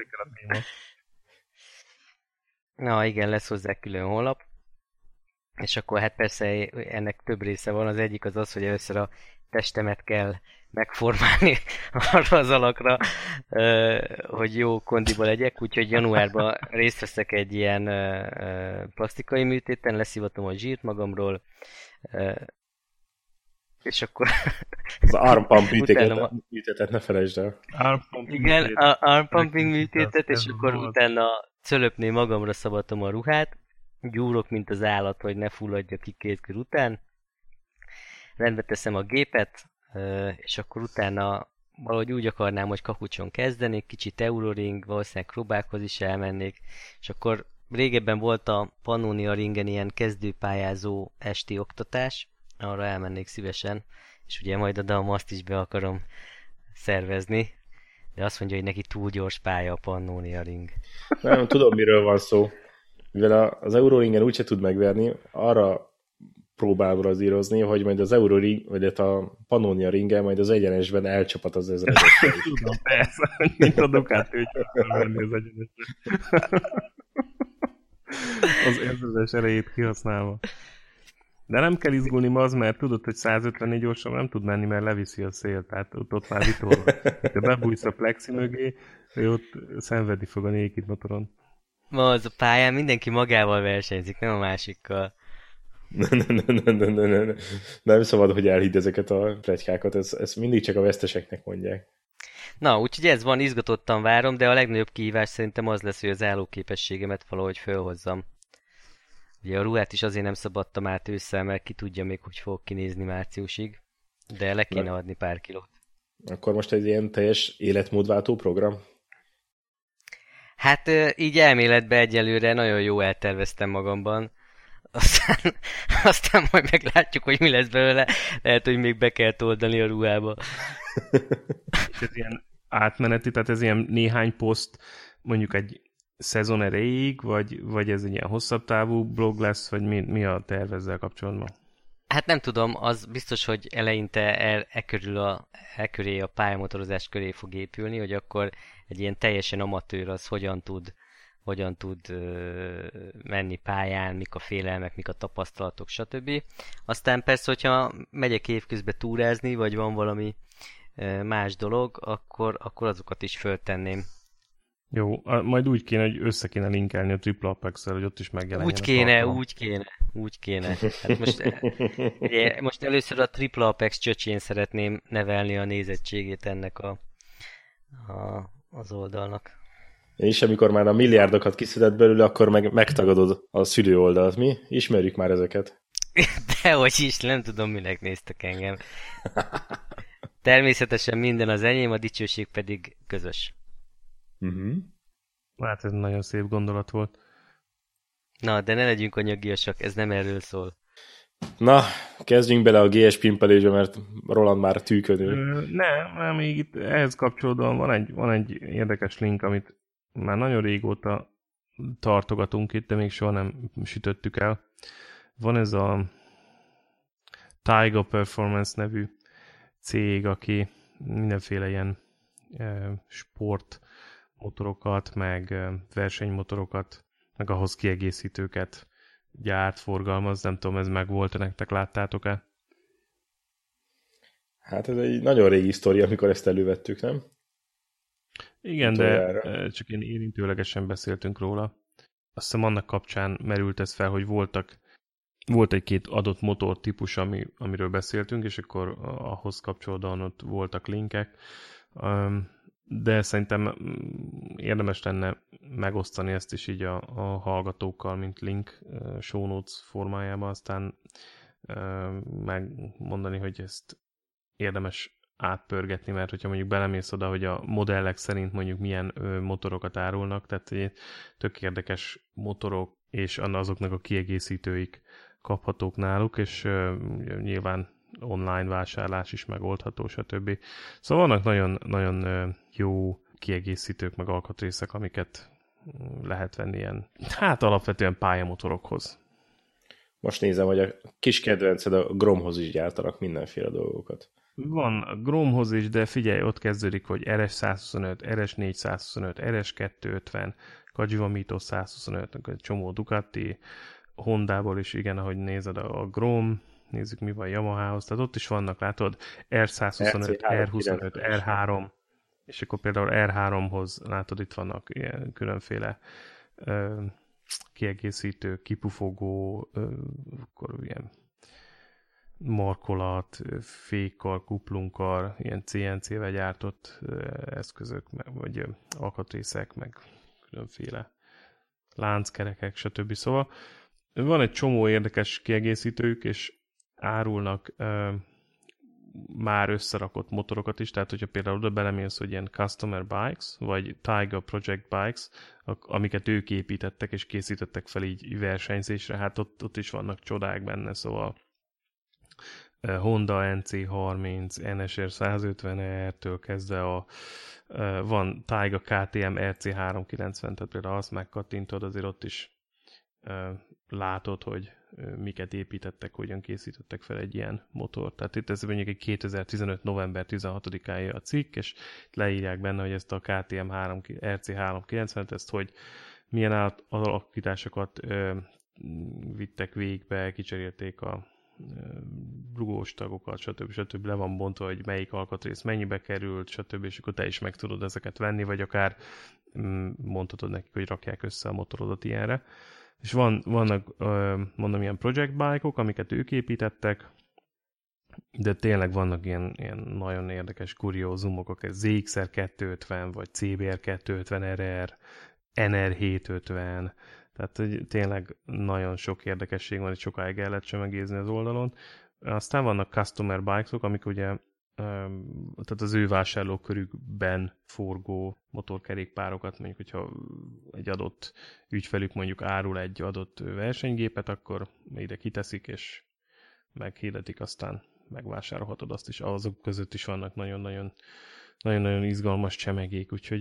S1: Na igen, lesz hozzá külön honlap. És akkor hát persze ennek több része van. Az egyik az, hogy először a testemet kell megformálni arra az alakra, hogy jó kondiba legyek, úgyhogy januárban részt veszek egy ilyen plastikai műtéten, leszivatom a zsírt magamról, és akkor...
S3: Az armpump műtétet ne felejtsd el.
S1: Igen, a armpumping műtétet, és akkor utána cölöpné magamra szabatom a ruhát, gyúrok, mint az állat, hogy ne fulladja ki 2 kör után, rendbe teszem a gépet, és akkor utána valahogy úgy akarnám, hogy kakucson kezdenék, kicsit Euroring, valószínűleg Krobákhoz is elmennék, és akkor régebben volt a Pannonia Ringen ilyen kezdőpályázó esti oktatás, arra elmennék szívesen, és ugye majd oda azt is be akarom szervezni, de azt mondja, hogy neki túl gyors pálya a Pannonia Ring.
S3: Nem, tudom, miről van szó. Mivel az Euroringen úgyse tud megverni, arra próbál brazírozni, hogy majd az Euroring, vagy a Pannonia Ringen majd az egyenesben elcsapat az ezredes.
S2: Tudom, persze, mint a Ducati, hogy venni az egyenesben. Az ezredes erejét kihasználva. De nem kell izgulni ma az, mert tudod, hogy 150 gyorsan nem tud menni, mert leviszi a szél, tehát ott már vitorva. Ha bebújsz a plexi mögé, ő ott szenvedni fog a Naked motoron.
S1: Ma az a pályán mindenki magával versenyzik, nem a másikkal.
S3: Nem szabad, hogy elhidd ezeket a pletykákat, ezt mindig csak a veszteseknek mondják.
S1: Na, úgyhogy ez van, izgatottan várom, de a legnagyobb kihívás szerintem az lesz, hogy az állóképességemet valahogy fölhozzam. Ugye a ruhát is azért nem szabadtam át ősszel, mert ki tudja még, hogy fog kinézni márciusig, de le kéne adni pár kilót. Akkor
S3: most egy ilyen teljes életmódváltó program?
S1: Hát így elméletben egyelőre nagyon jó elterveztem magamban. Aztán majd meglátjuk, hogy mi lesz belőle. Lehet, hogy még be kell oldani a ruhába.
S2: És ez ilyen átmeneti, tehát ez ilyen néhány poszt mondjuk egy szezon erejéig, vagy ez egy ilyen hosszabb távú blog lesz, vagy mi a terv ezzel kapcsolatban?
S1: Hát nem tudom, az biztos, hogy eleinte e köré a pályamotorozás köré fog épülni, hogy akkor egy ilyen teljesen amatőr az hogyan tud menni pályán, mik a félelmek, mik a tapasztalatok, stb. Aztán persze, hogyha megyek évközben túrázni, vagy van valami más dolog, akkor azokat is föltenném.
S2: Jó, majd úgy kéne, hogy össze kéne linkelni a Triple Apex-el, hogy ott is megjelenjen a tartalom.
S1: Úgy kéne. Hát ugye, most először a Triple Apex csöcsén szeretném nevelni a nézettségét ennek az oldalnak.
S3: És amikor már a milliárdokat kiszedett belőle, akkor megtagadod a szülő oldalt. Mi? Ismerjük már ezeket.
S1: Dehogy is, nem tudom, minek néztek engem. Természetesen minden az enyém, a dicsőség pedig közös.
S3: Uh-huh.
S2: Hát ez nagyon szép gondolat volt.
S1: Na, de ne legyünk anyagiasak, ez nem erről szól.
S3: Na, kezdjünk bele a GS pimpelésbe, mert Roland már tűkönül.
S2: Nem, még itt ehhez kapcsolódóan van egy érdekes link, amit már nagyon régóta tartogatunk itt, de még soha nem sütöttük el. Van ez a Taiga Performance nevű cég, aki mindenféle ilyen sportmotorokat, meg versenymotorokat, meg ahhoz kiegészítőket gyárt, forgalmaz. Nem tudom, ez meg volt-e nektek, láttátok-e?
S3: Hát ez egy nagyon régi sztori, amikor ezt elővettük, nem?
S2: Igen, de csak én érintőlegesen beszéltünk róla. Azt hiszem annak kapcsán merült ez fel, hogy volt egy-két adott motortípus, amiről beszéltünk, és akkor ahhoz kapcsolódóan ott voltak linkek. De szerintem érdemes lenne megosztani ezt is így a hallgatókkal, mint link show notes formájában, aztán megmondani, hogy ezt érdemes átpörgetni, mert hogyha mondjuk belemész oda, hogy a modellek szerint mondjuk milyen motorokat árulnak, tehát tök érdekes motorok, és azoknak a kiegészítőik kaphatók náluk, és nyilván online vásárlás is megoldható, stb. Szóval vannak nagyon, nagyon jó kiegészítők, meg alkatrészek, amiket lehet venni ilyen, hát alapvetően pályamotorokhoz.
S3: Most nézem, hogy a kis kedvenced a Gromhoz is gyártanak mindenféle dolgokat.
S2: Van a Gromhoz is, de figyelj, ott kezdődik, hogy RS125, RS425, RS250, Kajiva Mitos 125, egy csomó Ducati, Hondából is, igen, ahogy nézed a Grom, nézzük mi van Yamahához, tehát ott is vannak, látod, R125, R25, R3, és akkor például R3-hoz, látod, itt vannak ilyen különféle kiegészítő, kipufogó, akkor ilyen markolat, fékkar, kuplungkar, ilyen CNC-vel gyártott eszközök, vagy alkatrészek, meg különféle lánckerekek, stb. Szóval van egy csomó érdekes kiegészítők, és árulnak már összerakott motorokat is, tehát hogyha például oda belemész, hogy ilyen Customer Bikes, vagy Tiger Project Bikes, amiket ők építettek és készítettek fel így versenyzésre, hát ott is vannak csodák benne, szóval Honda NC30, NSR 150R-től kezdve van Taiga KTM RC390, tehát például azt megkattintod, azért ott is látod, hogy miket építettek, hogyan készítettek fel egy ilyen motort. Tehát itt ez mondjuk egy 2015. november 16-ája a cikk, és leírják benne, hogy ezt a KTM RC390-et, ezt hogy milyen alakításokat vittek végbe, kicserélték a rugós tagokat, stb. Le van bontva, hogy melyik alkatrész mennyibe került, stb. És akkor te is meg tudod ezeket venni, vagy akár mondhatod nekik, hogy rakják össze a motorodat ilyenre. És vannak, mondom, ilyen project bike-ok, amiket ők építettek, de tényleg vannak ilyen nagyon érdekes kuriózumok, akár ZXR 250, vagy CBR 250 RR, NR 750, tehát tényleg nagyon sok érdekesség van, itt sokáig el lehet csomagézni az oldalon. Aztán vannak customer bikes-ok, amik ugye tehát az ő vásárlókörükben forgó motorkerékpárokat, mondjuk, hogyha egy adott ügyfelük mondjuk árul egy adott versenygépet, akkor ide kiteszik, és meghirdetik, aztán megvásárolhatod azt is. Azok között is vannak nagyon-nagyon izgalmas csemegék, úgyhogy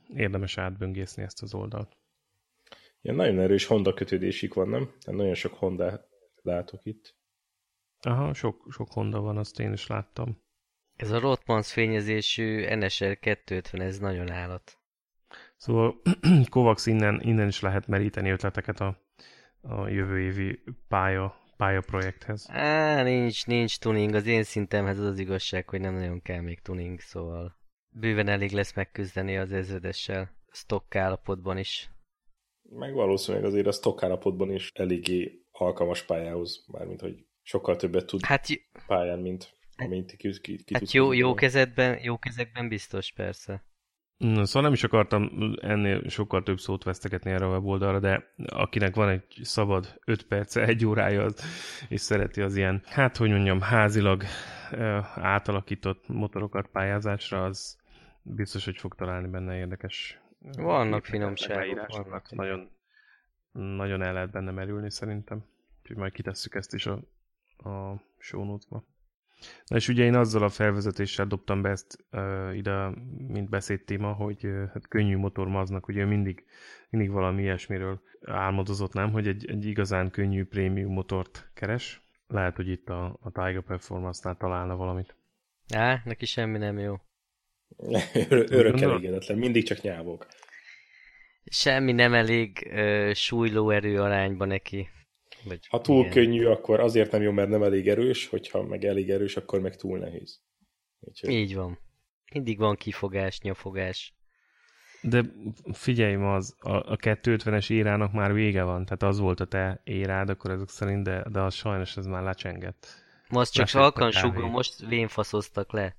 S2: érdemes átböngészni ezt az oldalt.
S3: Ilyen nagyon erős Honda kötődésük van, nem? Tehát nagyon sok Honda látok itt.
S2: Aha, sok Honda van, azt én is láttam.
S1: Ez a Rothmans fényezésű NSR 250, ez nagyon állat.
S2: Szóval Kovacs innen is lehet meríteni ötleteket a jövő évi pályaprojekthez.
S1: Nincs tuning, az én szintemhez az igazság, hogy nem nagyon kell még tuning, szóval bőven elég lesz megküzdeni az ezredessel, stock állapotban is.
S3: Meg valószínűleg azért a stock állapotban is eléggé alkalmas pályához, mármint hogy sokkal többet tud pályán, mint amint ki
S1: hát jó kezekben biztos, persze.
S2: Szóval nem is akartam ennél sokkal több szót vesztegetni erre a weboldalra, de akinek van egy szabad 5 perce, 1 órája, és szereti az ilyen, hát hogy mondjam, házilag átalakított motorokat pályázásra, az biztos, hogy fog találni benne érdekes.
S1: Vannak finomságok.
S2: Nagyon, nagyon el lehet benne merülni szerintem. Úgyhogy majd kitesszük ezt is a show notes-ba. Na és ugye én azzal a felvezetéssel dobtam be ezt ide, mint beszédtéma, hogy hát könnyű motormaznak, ugye mindig valami ilyesmiről álmodozott, nem, hogy egy igazán könnyű prémium motort keres. Lehet, hogy itt a Tiger Performance-nál találna valamit.
S1: Neki semmi nem jó.
S3: Örök elégedetlen, mindig csak nyávok.
S1: Semmi nem elég súly-lóerő arányba neki. Vagy
S3: ha túl könnyű, akkor azért nem jó, mert nem elég erős, hogyha meg elég erős, akkor meg túl nehéz.
S1: Úgyhogy... Így van. Mindig van kifogás, nyafogás.
S2: De figyelj ma, a 250-es érának már vége van, tehát az volt a te érád, akkor ezek szerint, de az sajnos ez már lecsengett.
S1: Most csak alkansugó, most vénfaszoztak le.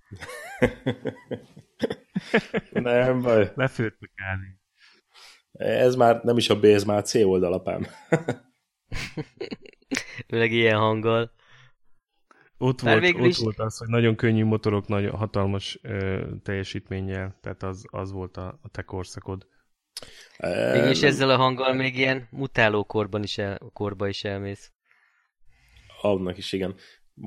S3: Nem baj.
S2: Lefőtt a kávé.
S3: Ez már nem is a B, ez már a C oldal, apám.
S1: Főleg ilyen hanggal.
S2: Ott volt az, hogy nagyon könnyű motorok, nagyon hatalmas teljesítménnyel, tehát az volt a te korszakod.
S1: Mégis ezzel a hanggal még ilyen mutáló korba is elmész.
S3: Annak is, igen.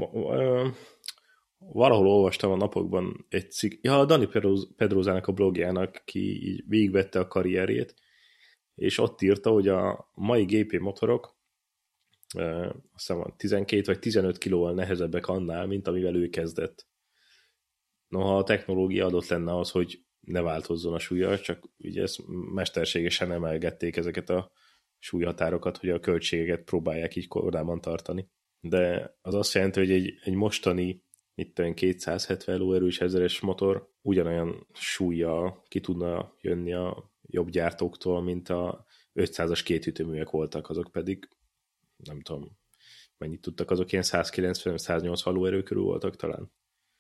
S3: Valahol olvastam a napokban egy cikk, a Dani Pedrozának a blogjának, ki így végigvette a karrierjét, és ott írta, hogy a mai GP motorok azt hiszem 12 vagy 15 kilóval nehezebbek annál, mint amivel ő kezdett. Noha a technológia adott lenne az, hogy ne változzon a súlya, csak ugye ezt mesterségesen emelgették ezeket a súlyhatárokat, hogy a költségeket próbálják így kordában tartani. De az azt jelenti, hogy egy mostani 270 lóerős 1000-es motor ugyanolyan súllyal ki tudna jönni a jobb gyártóktól, mint a 500-as kétüteműek voltak, azok pedig nem tudom, mennyit tudtak, azok ilyen 190-180 lóerő körül voltak talán.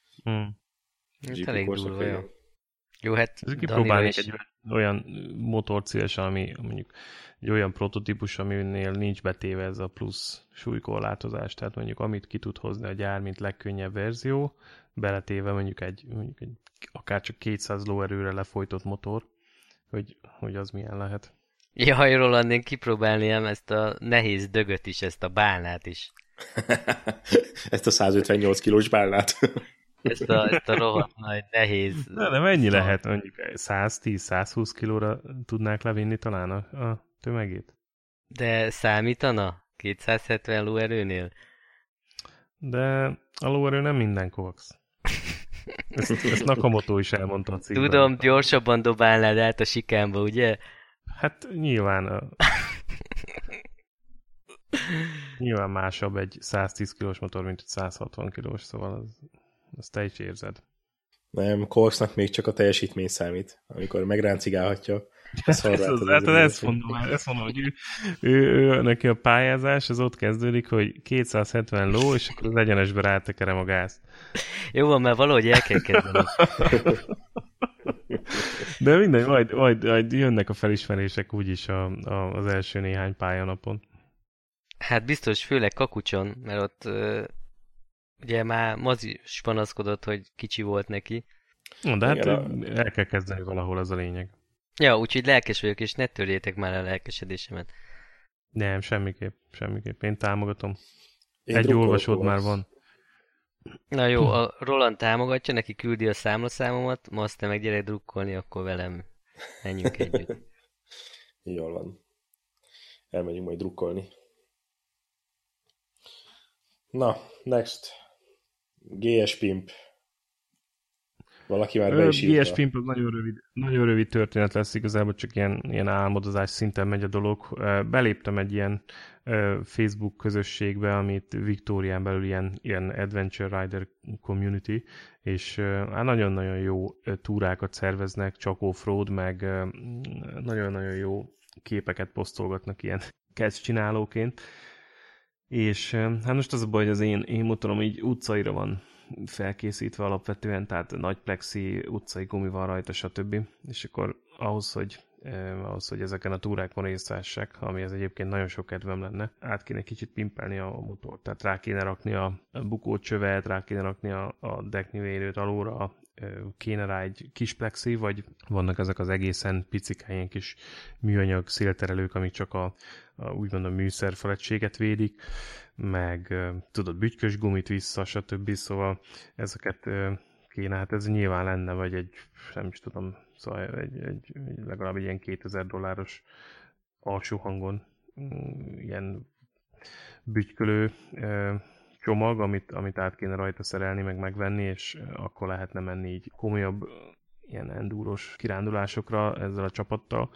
S1: Elég durva, jó. Jó, hát
S2: kipróbálnék egy olyan motorcéles, ami mondjuk egy olyan prototípus, aminél nincs betéve ez a plusz súlykorlátozás, tehát mondjuk amit ki tud hozni a gyár, mint legkönnyebb verzió, beletéve mondjuk egy akár csak 200 lóerőre lefolytott motor, hogy az milyen lehet.
S1: Jaj, Roland, én kipróbálnám ezt a nehéz dögöt is, ezt a bálnát is.
S3: Ezt a 158 kilós bálnát.
S1: Ezt a rohadt nagy, nehéz...
S2: De mennyi lehet? Mondjuk 110-120 kilóra tudnák levinni talán a tömegét?
S1: De számítana? 270 lóerőnél?
S2: De a lóerő nem minden Kovacs. Ezt Nakamoto is elmondta a cikkben.
S1: Tudom, gyorsabban dobálnád át a sikánba, ugye?
S2: Hát nyilván nyilván másabb egy 110 kilós motor, mint egy 160 kilós, szóval azt te is érzed.
S3: Nem, Kovacsnak még csak a teljesítmény számít, amikor megráncigálhatja.
S2: Ezt mondom, hogy ő neki a pályázás, az ott kezdődik, hogy 270 ló, és akkor az egyenesbe rátekerem a gázt.
S1: Jó van, mert valahogy el kell kezdeni.
S2: De mindegy, majd jönnek a felismerések úgyis az első néhány pályanapon.
S1: Hát biztos, főleg Kakucson, mert ott ugye már Mazi is panaszkodott, hogy kicsi volt neki.
S2: De hát el kell kezdeni valahol, az a lényeg.
S1: Ja, úgyhogy lelkes vagyok, és ne törjétek már a lelkesedésemet.
S2: Nem, semmiképp. Én támogatom. Egy olvasód már van.
S1: Na jó, a Roland támogatja, neki küldi a számlaszámomat, ma azt te meg gyere drukkolni, akkor velem Menjünk együtt.
S3: Jól van. Elmegyünk majd drukkolni. Na, next. GS Pimp. Valaki már be is írta.
S2: GS Pimp az nagyon rövid történet lesz, igazából csak ilyen álmodozás szinten megy a dolog. Beléptem egy ilyen Facebook közösségbe, amit Victorián belül ilyen Adventure Rider Community, és hát nagyon-nagyon jó túrákat szerveznek, csak off-road, meg nagyon-nagyon jó képeket posztolgatnak ilyen catch csinálóként. És hát most az a baj, hogy az én motorom így utcaira van felkészítve alapvetően, tehát nagy plexi, utcai gumi van rajta, stb. És akkor ahhoz, hogy ezeken a túrákon részt vessek, amihez egyébként nagyon sok kedvem lenne, át kéne kicsit pimpelni a motort, tehát rá kéne rakni a bukócsövet, rá kéne rakni a decknivélőt alulra, kéne rá egy kis plexi, vagy vannak ezek az egészen picike ilyen kis műanyag szélterelők, amik csak úgymond a műszerfelettséget védik, meg tudod, bütykös gumit vissza, stb. Szóval ezeket kéne, hát ez nyilván lenne, vagy egy, nem is tudom, szóval egy legalább egy ilyen $2000 alsó hangon ilyen bütykölő csomag, amit át kéne rajta szerelni, meg megvenni, és akkor lehetne menni így komolyabb ilyen endúros kirándulásokra ezzel a csapattal,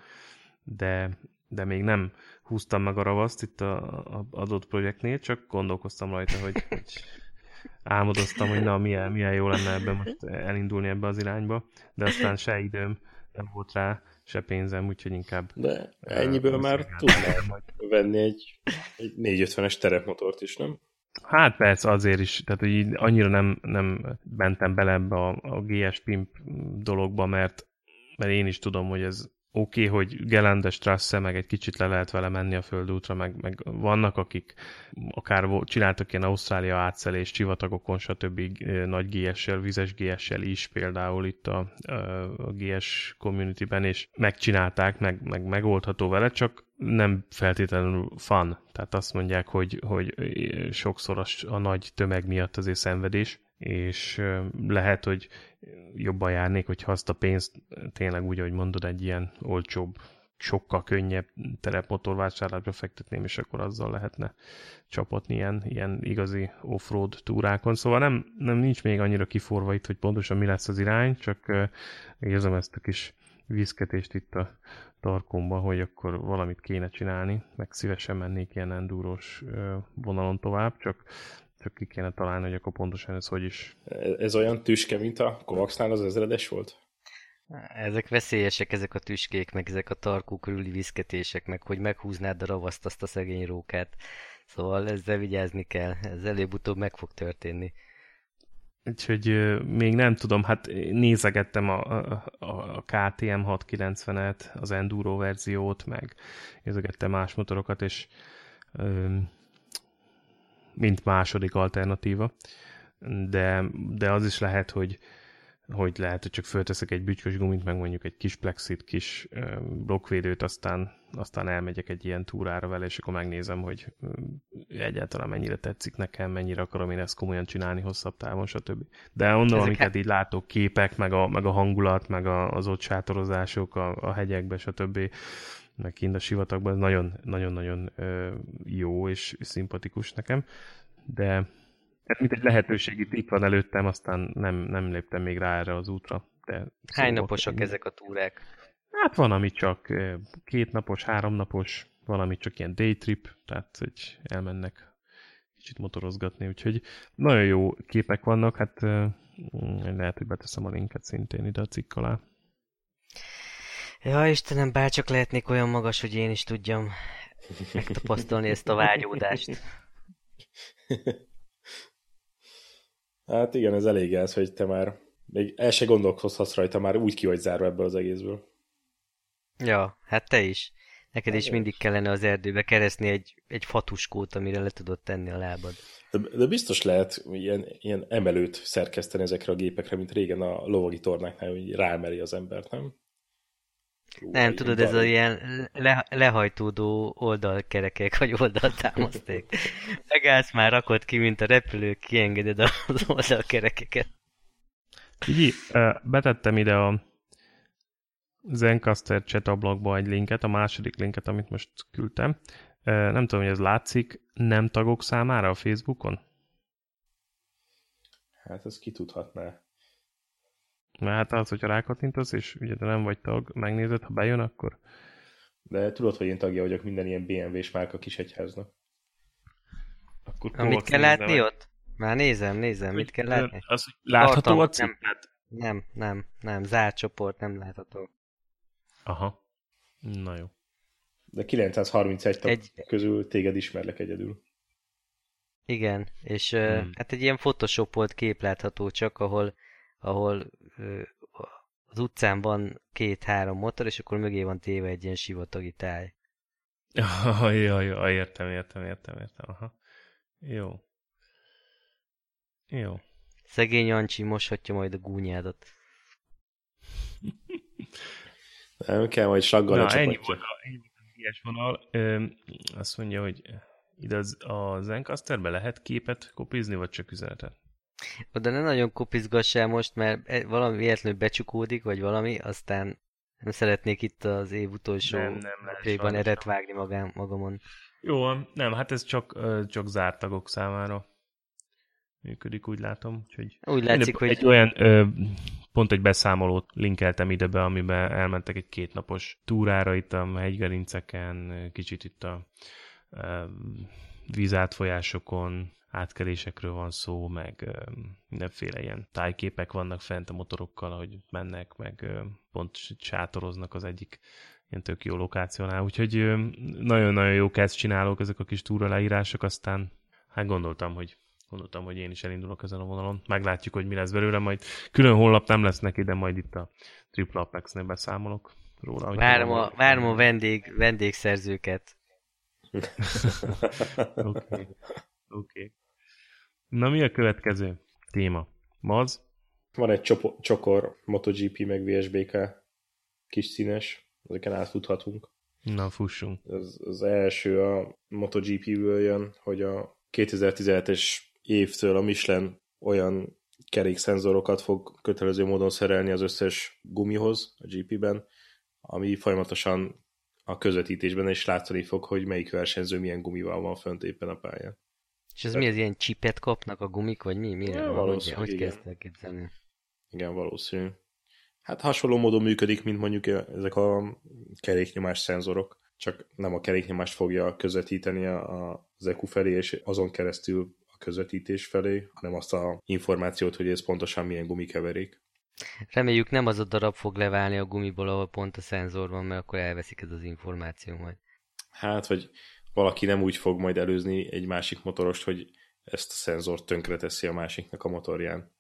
S2: de még nem húztam meg a ravaszt itt az adott projektnél, csak gondolkoztam rajta, hogy álmodoztam, hogy na, milyen jó lenne ebben most elindulni ebbe az irányba, de aztán se időm nem volt rá, se pénzem, úgyhogy inkább...
S3: De ennyiből már tudnál venni egy 450-es terepmotort is, nem?
S2: Hát persze, azért is, tehát hogy annyira nem mentem bele ebbe a GS Pimp dologba, mert én is tudom, hogy ez oké, hogy Gelandes Trasse, meg egy kicsit le lehet vele menni a földútra, meg vannak, akik akár csináltak ilyen Ausztrália átszelés, csivatagokon, stb. Nagy GS-sel, vizes GS-sel is, például itt a GS community-ben, és megcsinálták, meg megoldható vele, csak nem feltétlenül fun. Tehát azt mondják, hogy sokszor a nagy tömeg miatt azért szenvedés, és lehet, hogy jobban járnék, hogyha azt a pénzt tényleg úgy, ahogy mondod, egy ilyen olcsóbb, sokkal könnyebb terepmotorvásárlásra fektetném, és akkor azzal lehetne csapatni ilyen igazi off-road túrákon. Szóval nem nincs még annyira kiforva itt, hogy pontosan mi lesz az irány, csak érzem ezt a kis viszketést itt a tarkomban, hogy akkor valamit kéne csinálni, meg szívesen mennék ilyen endúros vonalon tovább, csak ki kéne találni, hogy akkor pontosan ez hogy is.
S3: Ez olyan tüske, mint a Kovacsnál az 1000-es volt?
S1: Ezek veszélyesek, ezek a tüskék, meg ezek a tarkó körüli viszketések, meg hogy meghúznád a ravaszt, azt a szegény rókát. Szóval ezzel vigyázni kell, ez előbb-utóbb meg fog történni.
S2: Úgyhogy még nem tudom, hát nézegettem a KTM 690-et, az Enduro verziót, meg nézegettem más motorokat, és mint második alternatíva, de az is lehet, hogy lehet, hogy csak fölteszek egy bütykös gumit, meg mondjuk egy kis plexit, kis blokkvédőt, aztán elmegyek egy ilyen túrára vele, és akkor megnézem, hogy egyáltalán mennyire tetszik nekem, mennyire akarom én ezt komolyan csinálni hosszabb távon, stb. De onnan, amiket így látok, képek, meg a hangulat, meg az ott sátorozások a hegyekbe, stb., meg kint a sivatagban, nagyon-nagyon jó és szimpatikus nekem, de hát mint egy lehetőség itt van előttem, aztán nem léptem még rá erre az útra. De
S1: hány naposak ezek a túrák?
S2: Hát van, ami csak 2 napos, 3 napos, van, ami csak ilyen day trip, tehát hogy elmennek kicsit motorozgatni, úgyhogy nagyon jó képek vannak, hát lehet, hogy beteszem a linket szintén ide a cikk alá.
S1: Ja, Istenem, bárcsak lehetnék olyan magas, hogy én is tudjam megtapasztalni ezt a vágyódást.
S3: Hát igen, ez elég ez, hogy te már még el se gondolkozhatsz rajta, már úgy ki vagy zárva ebből az egészből.
S1: Ja, hát te is. Neked is mindig kellene az erdőbe keresni egy fatuskót, amire le tudod tenni a lábad.
S3: De biztos lehet ilyen emelőt szerkeszteni ezekre a gépekre, mint régen a lovagi tornáknál, hogy ráemeli az embert, nem?
S1: Nem, tudod, ez az ilyen lehajtódó oldalkerekek, vagy oldaltámaszték. Megállsz, már rakod ki, mint a repülők, kiengeded az oldalkerekeket.
S2: Így, betettem ide Zencaster chat ablakba egy linket, a második linket, amit most küldtem. Nem tudom, hogy ez látszik nem tagok számára a Facebookon?
S3: Hát ez ki tudhatná.
S2: Mert hát az, hogyha rákattintasz, és ugye te nem vagy tag, megnézed, ha bejön, akkor...
S3: De tudod, hogy én tagja vagyok minden ilyen BMW-s márka kisegyháznak.
S2: akkor
S1: Mit kell látni ott? Már nézem, mit kell látni?
S2: Az, hogy látható a cím?
S1: Nem, zárt csoport, nem látható.
S2: Aha, na jó.
S3: De 931 tag közül téged ismerlek egyedül.
S1: Igen, és hát egy ilyen photoshopolt kép látható csak, ahol az utcán van 2-3 motor, és akkor mögé van téve egy ilyen sivatagi táj.
S2: Jaj, értem. Aha. Jó.
S1: Szegény Ancsi moshatja majd a gúnyádat.
S3: Nem kell majd slaggal
S2: lecsapatja. Ennyi volt a ilyes vonal. Azt mondja, hogy ide a Zencasterbe lehet képet kopizni, vagy csak üzenetet?
S1: De ne nagyon kopizgassál most, mert valami véletlenül becsukódik, vagy valami, aztán nem szeretnék itt az év utolsó napjaiban eret vágni magamon.
S2: Jó, nem, hát ez csak zárt tagok számára működik, úgy látom. Úgyhogy
S1: úgy látszik, hogy...
S2: Egy olyan, pont egy beszámolót linkeltem ide be, amiben elmentek egy 2 napos túrára itt a hegygerinceken, kicsit itt a vízátfolyásokon, átkelésekről van szó, meg mindenféle ilyen tájképek vannak fent a motorokkal, ahogy mennek, meg pont sátoroznak az egyik ilyen tök jó lokációnál. Úgyhogy nagyon-nagyon jó kezd csinálók ezek a kis túra leírások, aztán hát gondoltam, hogy én is elindulok ezen a vonalon. Meglátjuk, hogy mi lesz belőle, majd külön honlap nem lesz neki, de majd itt a Triple Apex-nél beszámolok róla.
S1: Várom a vendégszerzőket.
S2: Oké. Na, mi a következő téma? Maz?
S3: Van egy csokor MotoGP meg VSBK kis színes, ezeken átfuthatunk.
S2: Na, fussunk.
S3: Az első a MotoGP-ből jön, hogy a 2017-es évtől a Michelin olyan kerékszenzorokat fog kötelező módon szerelni az összes gumihoz a GP-ben, ami folyamatosan a közvetítésben is látszani fog, hogy melyik versenyző milyen gumival van fönt éppen a pályán.
S1: És ez mi, az ilyen csipet kapnak a gumik, vagy mi? Hogy kezd elképzelni?
S3: Igen, valószínű. Hát hasonló módon működik, mint mondjuk ezek a keréknyomás szenzorok, csak nem a keréknyomást fogja közvetíteni az ECU felé, és azon keresztül a közvetítés felé, hanem azt az információt, hogy ez pontosan milyen gumikeverék.
S1: Reméljük nem az a darab fog leválni a gumiból, ahol pont a szenzor van, mert akkor elveszik ez az információ majd.
S3: Hát, vagy valaki nem úgy fog majd előzni egy másik motorost, hogy ezt a szenzort tönkreteszi a másiknak a motorján.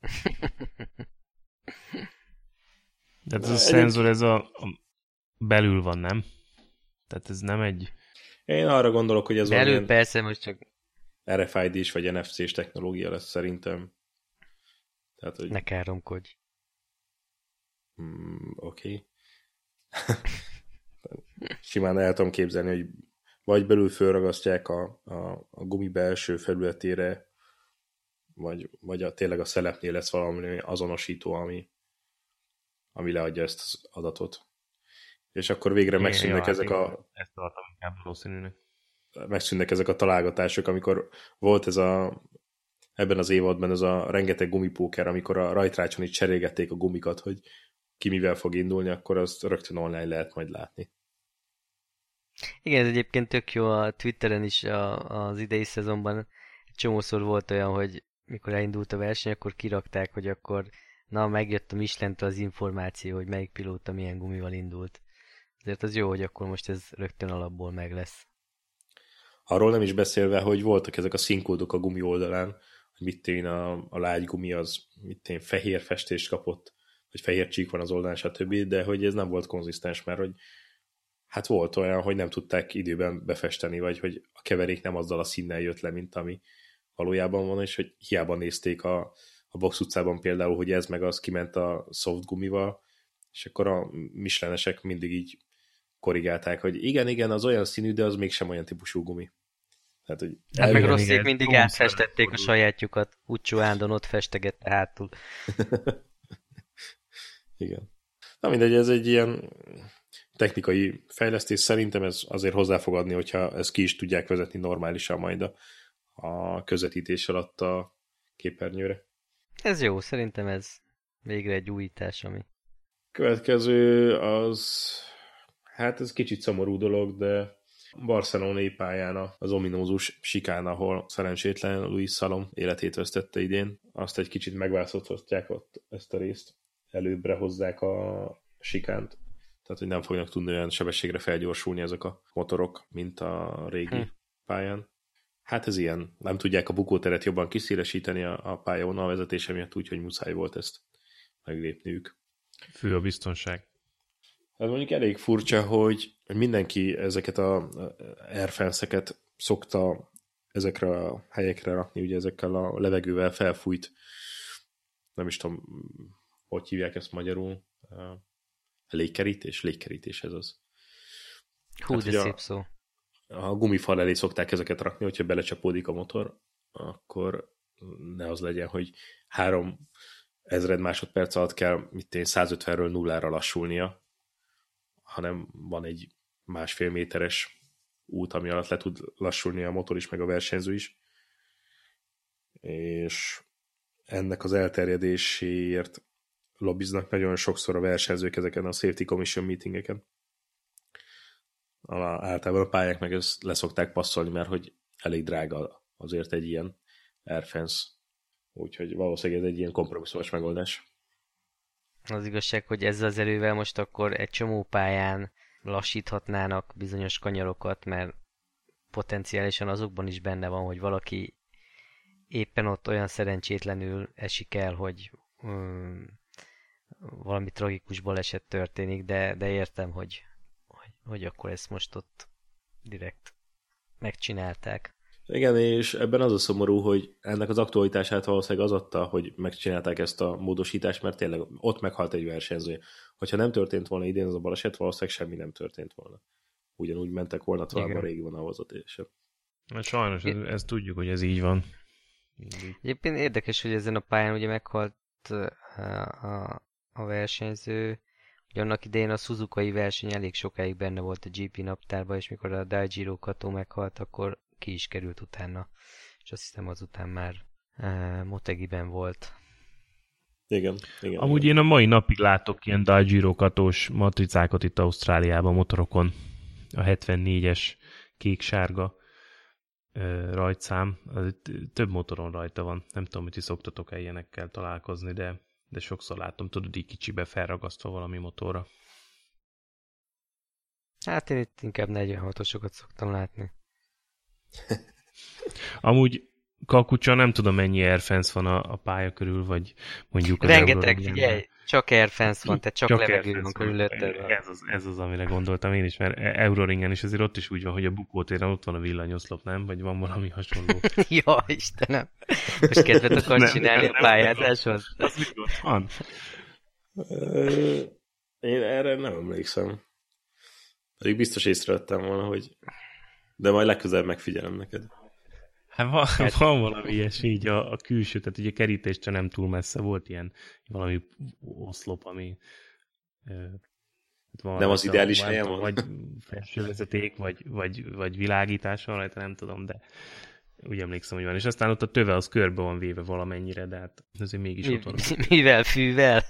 S2: De ez a szenzor, ez a belül van, nem? Tehát ez nem egy...
S3: Én arra gondolok, hogy ez
S1: belül persze, most csak...
S3: RFID-s vagy NFC-s technológia lesz szerintem. Tehát, hogy...
S1: Ne káromkodj.
S3: Oké. Simán el tudom képzelni, hogy vagy belül fölragasztják a gumi belső felületére, vagy tényleg a szelepnél lesz valami azonosító, ami leadja ezt az adatot. És akkor végre megszűnnek ezek
S2: ezt tartom inkább valószínűleg.
S3: Megszűnnek ezek a találgatások, amikor volt ebben az évadban ez a rengeteg gumipóker, amikor a rajtrácson is cserélgették a gumikat, hogy ki mivel fog indulni, akkor azt rögtön online lehet majd látni.
S1: Igen, ez egyébként tök jó, a Twitteren is az idei szezonban csomószor volt olyan, hogy mikor elindult a verseny, akkor kirakták, hogy akkor megjött a Michelin-től az információ, hogy melyik pilóta milyen gumival indult. Ezért az jó, hogy akkor most ez rögtön alapból meg lesz.
S3: Arról nem is beszélve, hogy voltak ezek a színkódok a gumi oldalán, hogy mit tűn a lágy gumi az fehér festést kapott, vagy fehér csík van az oldalán, stb., de hogy ez nem volt konzisztens, mert hogy hát volt olyan, hogy nem tudták időben befesteni, vagy hogy a keverék nem azzal a színnel jött le, mint ami valójában van, és hogy hiába nézték a Box utcában például, hogy ez meg az kiment a soft gumival, és akkor a Michelinesek mindig így korrigálták, hogy igen, az olyan színű, de az mégsem olyan típusú gumi. Tehát, hogy
S1: hát meg rosszék mindig átfestették a sajátjukat. Ucsó Ándon ott festegette hátul.
S3: Igen. Na mindegy, ez egy ilyen technikai fejlesztés. Szerintem ez azért hozzáfogadni, hogyha ezt ki is tudják vezetni normálisan majd a közvetítés alatt a képernyőre.
S1: Ez jó, szerintem ez végre egy újítás, ami...
S3: Következő az... Hát ez kicsit szomorú dolog, de barcelonai pályán az ominózus sikán, ahol szerencsétlen Luis Salom életét vesztette idén, azt egy kicsit megváltoztatják ott ezt a részt. Előbbre hozzák a sikánt. Tehát, hogy nem fognak tudni olyan sebességre felgyorsulni ezek a motorok, mint a régi pályán. Hát ez ilyen. Nem tudják a bukóteret jobban kiszélesíteni a pályavonal vezetése miatt, úgyhogy muszáj volt ezt meglépniük.
S2: Fő a biztonság.
S3: Hát mondjuk elég furcsa, hogy mindenki ezeket a airfence-eket szokta ezekre a helyekre rakni, ugye ezekkel a levegővel felfújt, nem is tudom, hogy hívják ezt magyarul, légkerítés ez az.
S1: Hú, hát, de szép szó.
S3: A gumifal elé szokták ezeket rakni, hogyha belecsapódik a motor, akkor ne az legyen, hogy 3000 másodperc alatt kell 150-ről nullára lassulnia, hanem van egy 1,5 méteres út, ami alatt le tud lassulni a motor is, meg a versenyző is. És ennek az elterjedéséért lobbiznak nagyon sokszor a versenyzők ezeken a Safety Commission meetingeken. Általában a pályák meg ezt leszokták passzolni, mert hogy elég drága azért egy ilyen airfence. Úgyhogy valószínűleg ez egy ilyen kompromisszumos megoldás.
S1: Az igazság, hogy ezzel az erővel most akkor egy csomó pályán lassíthatnának bizonyos kanyarokat, mert potenciálisan azokban is benne van, hogy valaki éppen ott olyan szerencsétlenül esik el, hogy valami tragikus baleset történik, de értem, hogy akkor ezt most ott direkt megcsinálták.
S3: Igen, és ebben az a szomorú, hogy ennek az aktualitását valószínűleg az adta, hogy megcsinálták ezt a módosítást, mert tényleg ott meghalt egy versenyző. Hogyha nem történt volna idén az a baleset, valószínűleg semmi nem történt volna. Ugyanúgy mentek volna tovább a régi vonalvezetésre.
S2: Mert sajnos ezt tudjuk, hogy ez így van.
S1: Egyébként érdekes, hogy ezen a pályán ugye meghalt a versenyző. Ugye annak idején a Suzuki verseny elég sokáig benne volt a GP naptárban, és mikor a Daijiro Kato meghalt, akkor ki is került utána. És azt hiszem azután már Motegiben volt.
S3: Igen.
S2: Amúgy én a mai napig látok ilyen Daijiro Katós matricákat itt Ausztráliában motorokon. A 74-es kék-sárga rajtszám. Több motoron rajta van. Nem tudom, hogy ti szoktatok-e ilyenekkel találkozni, de sokszor látom, tudod, így kicsibe felragasztva valami motorra.
S1: Hát én itt inkább 46-osokat szoktam látni.
S2: Amúgy Kakucsa nem tudom mennyi airfence van a pálya körül, vagy mondjuk...
S1: Rengeteg, figyelj! Csak airfence van, tehát csak levegő van körülötted.
S2: Ez az, amire gondoltam én is, mert Euroringen is azért ott is úgy van, hogy a bukótéren ott van a villanyoszlop, nem? Vagy van valami hasonló.
S1: Ja, Istenem! Most kedvet akarsz csinálni a pályázáshoz?
S2: Az mit ott van?
S3: Én erre nem emlékszem. Pedig biztos észrevettem volna, hogy... De majd legközelebb megfigyelem neked.
S2: Hát van valami ilyesmi, így a külső, tehát ugye kerítéstől nem túl messze volt ilyen valami oszlop, ami
S3: nem az ideális helyen van?
S2: Vagy felsővezeték, vagy világítás van rajta, nem tudom, de úgy emlékszem, hogy van. És aztán ott a töve az körbe van véve valamennyire, de hát azért mégis ott van.
S1: Mivel? Fűvel?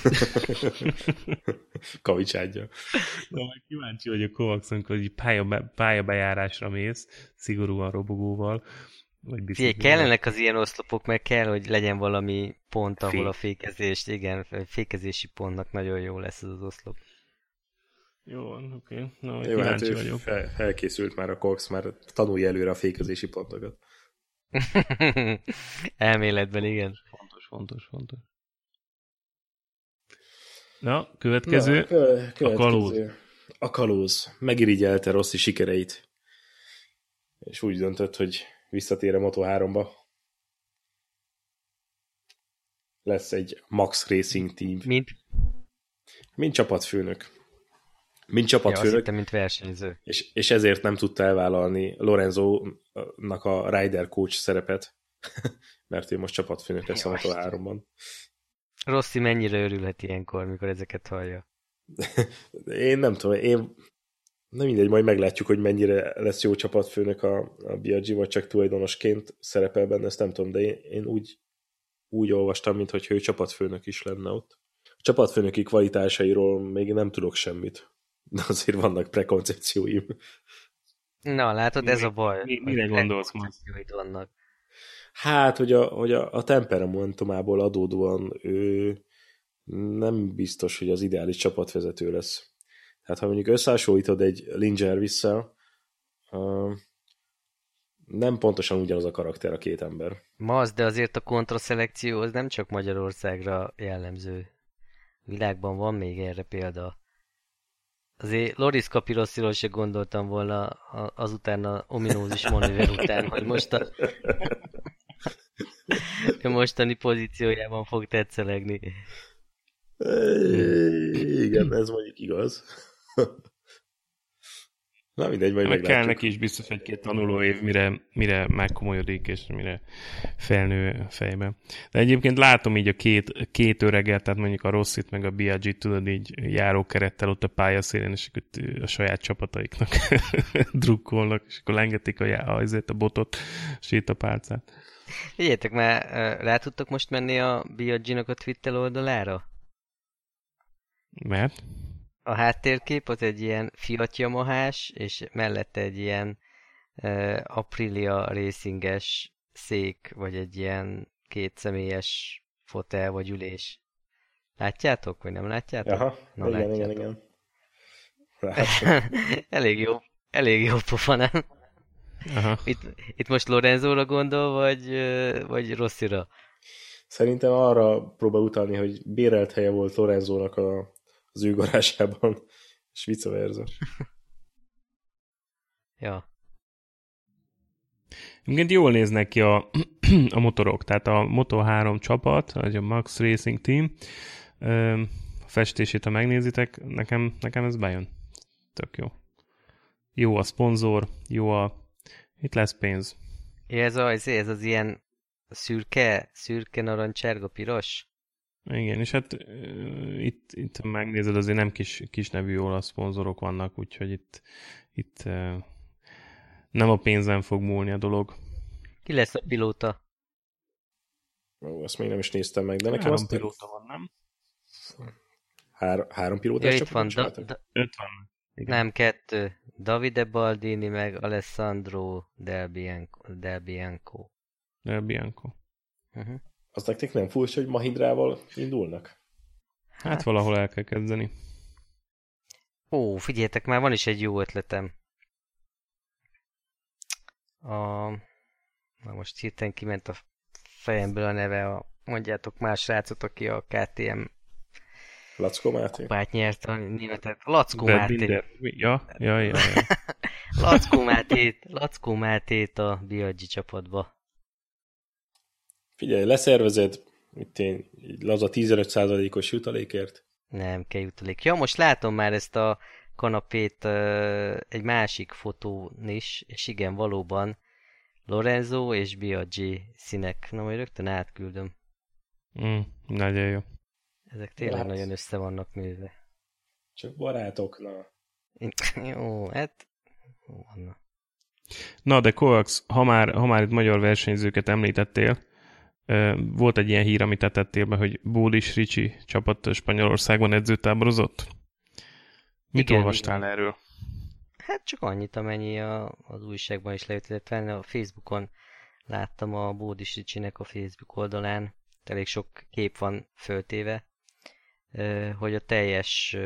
S3: Kavicsádja.
S2: Na, majd kíváncsi vagyok Kovacs, hogy pályabejárásra mész, szigorúan robogóval, vagy biciklivel.
S1: Kellenek az ilyen oszlopok, meg kell, hogy legyen valami pont, ahol a fékezést, igen, fékezési pontnak nagyon jó lesz az oszlop.
S2: Jó van, oké. Na,
S3: jó,
S2: kíváncsi vagyok.
S3: Felkészült már a Cox, már tanulja előre a fékezési pontokat.
S1: Elméletben, igen.
S2: Fontos. Na, következő. A kalóz.
S3: A kalóz. Megirigyelte Rossi sikereit. És úgy döntött, hogy visszatér a Moto3-ba. Lesz egy Max Racing Team. Mint csapatfőnök. Mint csapatfőnök.
S1: Mint versenyző.
S3: És ezért nem tudta elvállalni Lorenzo-nak a rider coach szerepet, mert ő most csapatfőnök lesz a Moto3-ban.
S1: Rossi mennyire örülhet ilyenkor, mikor ezeket hallja?
S3: Én nem tudom, nem mindegy, majd meglátjuk, hogy mennyire lesz jó csapatfőnök a Biaggi, vagy csak tulajdonosként szerepel benne, ezt nem tudom, de én úgy olvastam, mintha ő csapatfőnök is lenne ott. A csapatfőnöki kvalitásairól még nem tudok semmit, de azért vannak prekoncepcióim.
S1: Na, látod, ez a baj.
S2: Mire gondolsz most?
S1: Vannak.
S3: Hát, hogy a temperamentumából adódóan ő nem biztos, hogy az ideális csapatvezető lesz. Hát ha mondjuk összehasonlítod egy Lynn Jarvis-szel, nem pontosan ugyanaz a karakter a két ember.
S1: Ma az, de azért a kontraszelekció az nem csak Magyarországra jellemző. Világban van még erre példa. Azért Loris Capirossiról se gondoltam volna azután a ominózus manőver után, hogy most a mostani pozíciójában fog tetszelegni.
S3: Igen, ez mondjuk igaz. Na mindegy, majd
S2: meg
S3: meglátjuk.
S2: kell neki is biztos egy-két tanulóév, mire megkomolyodik, és mire felnő fejbe. De egyébként látom így a két öreget, tehát mondjuk a Rossit meg a Biaggi, tudod, így járókerettel ott a pályaszélén, és akkor a saját csapataiknak drukkolnak, és akkor lengetik a botot, sétapálcát.
S1: Figyeljetek már, rá tudtok most menni a Biagginak a Twitter oldalára?
S2: Mert?
S1: A háttérkép az egy ilyen Fiat Yamahás, és mellette egy ilyen Aprilia racinges szék, vagy egy ilyen kétszemélyes fotel vagy ülés. Látjátok, vagy nem látjátok?
S3: Aha,
S1: Na,
S3: igen,
S1: látjátok.
S3: igen.
S1: elég jó pofa, nem?
S2: Aha.
S1: Itt most Lorenzóra gondol, vagy Rossira?
S3: Szerintem arra próbál utalni, hogy bérelt helye volt Lorenzónak az ő garázsában, és vice versa.
S1: Ja.
S2: Egyébként jól néznek ki a motorok, tehát a Moto3 csapat, vagy a Max Racing Team, a festését, ha megnézitek, nekem ez bejön. Tök jó. Jó a szponzor, itt lesz pénz.
S1: Ez az ilyen szürke narancsárga, piros?
S2: Igen, és hát itt megnézed, azért nem kis nevű olasz szponzorok vannak, úgyhogy itt nem a pénzen fog múlni a dolog.
S1: Ki lesz a pilóta?
S3: Ó, azt még nem is néztem meg, de nekem
S2: Három pilóta van, nem?
S3: Három pilótás
S1: Ja, itt van.
S2: Öt van. Igen.
S1: Nem, 2. Davide Baldini meg Alessandro Del Bianco.
S2: Del Bianco.
S1: Uh-huh.
S3: Az nektek nem furcsa, hogy Mahindrával indulnak?
S2: Hát valahol el kell kezdeni.
S1: Ó, figyeljetek, már van is egy jó ötletem. Na most hirtelen kiment a fejemből a neve, mondjátok más srácot, aki a KTM
S3: Lackó Máté?
S1: kupát nyert a németet. Lackó
S2: Brad
S1: Máté.
S2: Binder. Ja.
S1: Lackó Mátét a Biaggi csapatba.
S3: Figyelj, leszervezed, itt én laza 15%-os jutalékért.
S1: Nem kell jutalék. Ja, most látom már ezt a kanapét egy másik fotón is, és igen, valóban Lorenzo és Biaggi színek. Na, majd rögtön átküldöm.
S2: Nagyon jó.
S1: Ezek tényleg
S3: Hát.
S1: nagyon össze vannak műve.
S3: Csak barátok, na.
S1: Jó, hát... Vannak.
S2: Na, de Kovacs, ha már itt magyar versenyzőket említettél, volt egy ilyen hír, amit te tettél be, hogy Bódis Ricsi csapat Spanyolországban edzőtáborozott? Mit olvastál erről?
S1: Hát csak annyit, amennyi az újságban is lehetett venni. A Facebookon láttam a Bódis Ricsinek a Facebook oldalán, elég sok kép van föltéve, hogy a teljes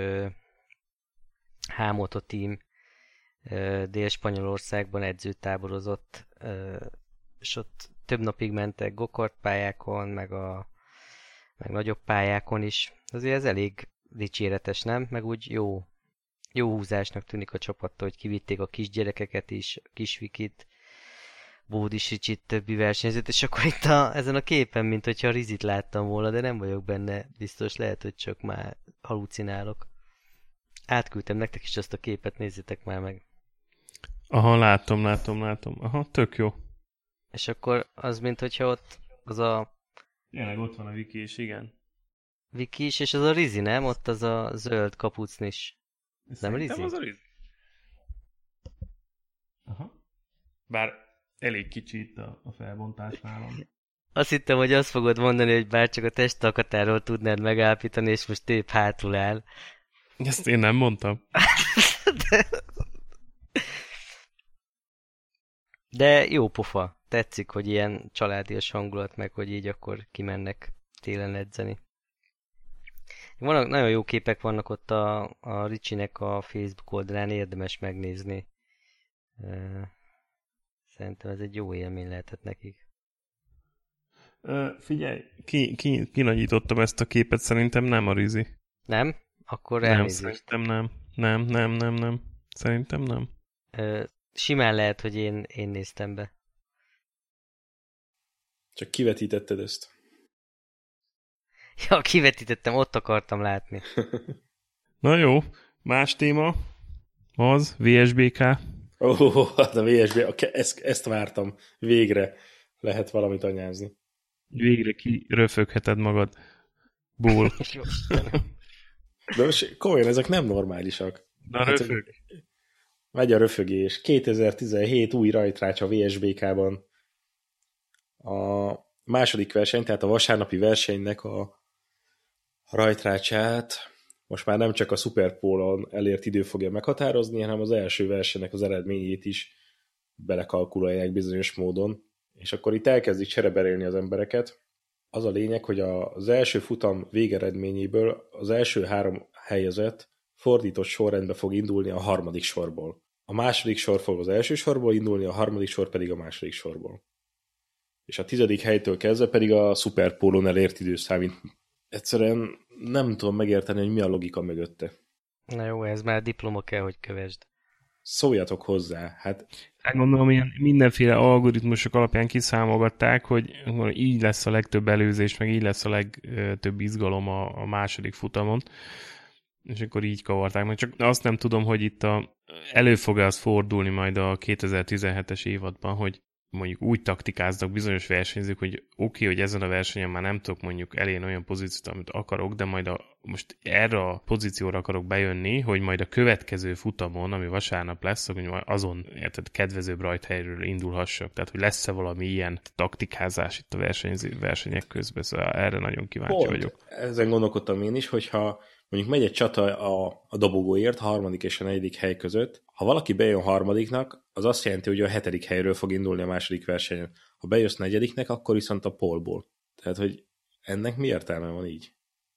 S1: H-Moto team Dél-Spanyolországban edzőtáborozott, és ott több napig mentek gokart pályákon, meg nagyobb pályákon is. Azért ez elég dicséretes, nem? Meg úgy jó húzásnak tűnik a csapattól, hogy kivitték a kisgyerekeket is, a kisvikit, Bódis Ricsit, többi versenyzőt, és akkor itt ezen a képen, mint hogyha a Rizit láttam volna, de nem vagyok benne biztos, lehet, hogy csak már halucinálok. Átküldtem nektek is azt a képet, nézzétek már meg.
S2: Aha, látom. Aha, tök jó.
S1: És akkor az, mint hogyha ott az a...
S2: Tényleg ott van a wiki is, igen.
S1: Viki is, és az a Rizi, nem? Ott az a zöld kapucnis. Nem
S2: Szerintem
S1: Rizi?
S2: az a Rizi. Aha. Bár elég kicsi itt a felbontás nálam.
S1: Azt hittem, hogy azt fogod mondani, hogy bár csak a testalkatáról tudnád megállapítani, és most épp hátul áll.
S2: Ezt én nem mondtam.
S1: De jó pofa. Tetszik, hogy ilyen családias hangulat, meg hogy így akkor kimennek télen edzeni. Vannak, nagyon jó képek vannak ott a Ricsinek a Facebook oldalán, érdemes megnézni. Szerintem ez egy jó élmény lehetett nekik.
S2: Figyelj, kinagyítottam ezt a képet, szerintem nem a Rizi.
S1: Nem? Akkor
S2: Nem,
S1: elnézést.
S2: szerintem nem. Nem. Szerintem nem.
S1: Simán lehet, hogy én néztem be.
S3: Csak kivetítetted ezt.
S1: Ja, kivetítettem, ott akartam látni.
S2: Na jó, más téma az VSBK.
S3: Hát a VSB, ezt vártam. Végre lehet valamit anyázni.
S2: Végre kiröfögheted magad. Ból.
S3: De most komolyan, ezek nem normálisak.
S2: Na röfög.
S3: Megy a röfögés. 2017 új rajtrács a VSBK-ban. A második verseny, tehát a vasárnapi versenynek a rajtrácsát most már nem csak a Superpole-on elért idő fogja meghatározni, hanem az első versenynek az eredményét is belekalkulálják bizonyos módon. És akkor itt elkezdik csereberélni az embereket. Az a lényeg, hogy az első futam végeredményéből az első 3 helyezett fordított sorrendbe fog indulni a harmadik sorból. A második sor fog az első sorból indulni, a harmadik sor pedig a második sorból. És a 10. helytől kezdve pedig a Superpole-on elért idő számít. Egyszerűen nem tudom megérteni, hogy mi a logika mögötte.
S1: Na jó, ez már diploma kell, hogy kövesd.
S3: Szóljatok hozzá, hát...
S2: Gondolom, ilyen mindenféle algoritmusok alapján kiszámolgatták, hogy így lesz a legtöbb előzés, meg így lesz a legtöbb izgalom a második futamon. És akkor így kavarták meg. Csak azt nem tudom, hogy itt elő fog-e az fordulni majd a 2017-es évadban, hogy mondjuk úgy taktikáznak bizonyos versenyzők, hogy oké, hogy ezen a versenyen már nem tudok mondjuk elérni olyan pozíciót, amit akarok, de majd most erre a pozícióra akarok bejönni, hogy majd a következő futamon, ami vasárnap lesz, hogy azon kedvezőbb rajthelyről indulhassak. Tehát, hogy lesz-e valami ilyen taktikázás itt a versenyek közben. Szóval erre nagyon kíváncsi vagyok.
S3: Ezen gondolkodtam én is, hogyha mondjuk megy egy csata a dobogóért, a harmadik és a 4. hely között. Ha valaki bejön harmadiknak, az azt jelenti, hogy a 7. helyről fog indulni a második versenyen. Ha bejössz 4-nek, akkor viszont a pólból. Tehát, hogy ennek mi értelme van így?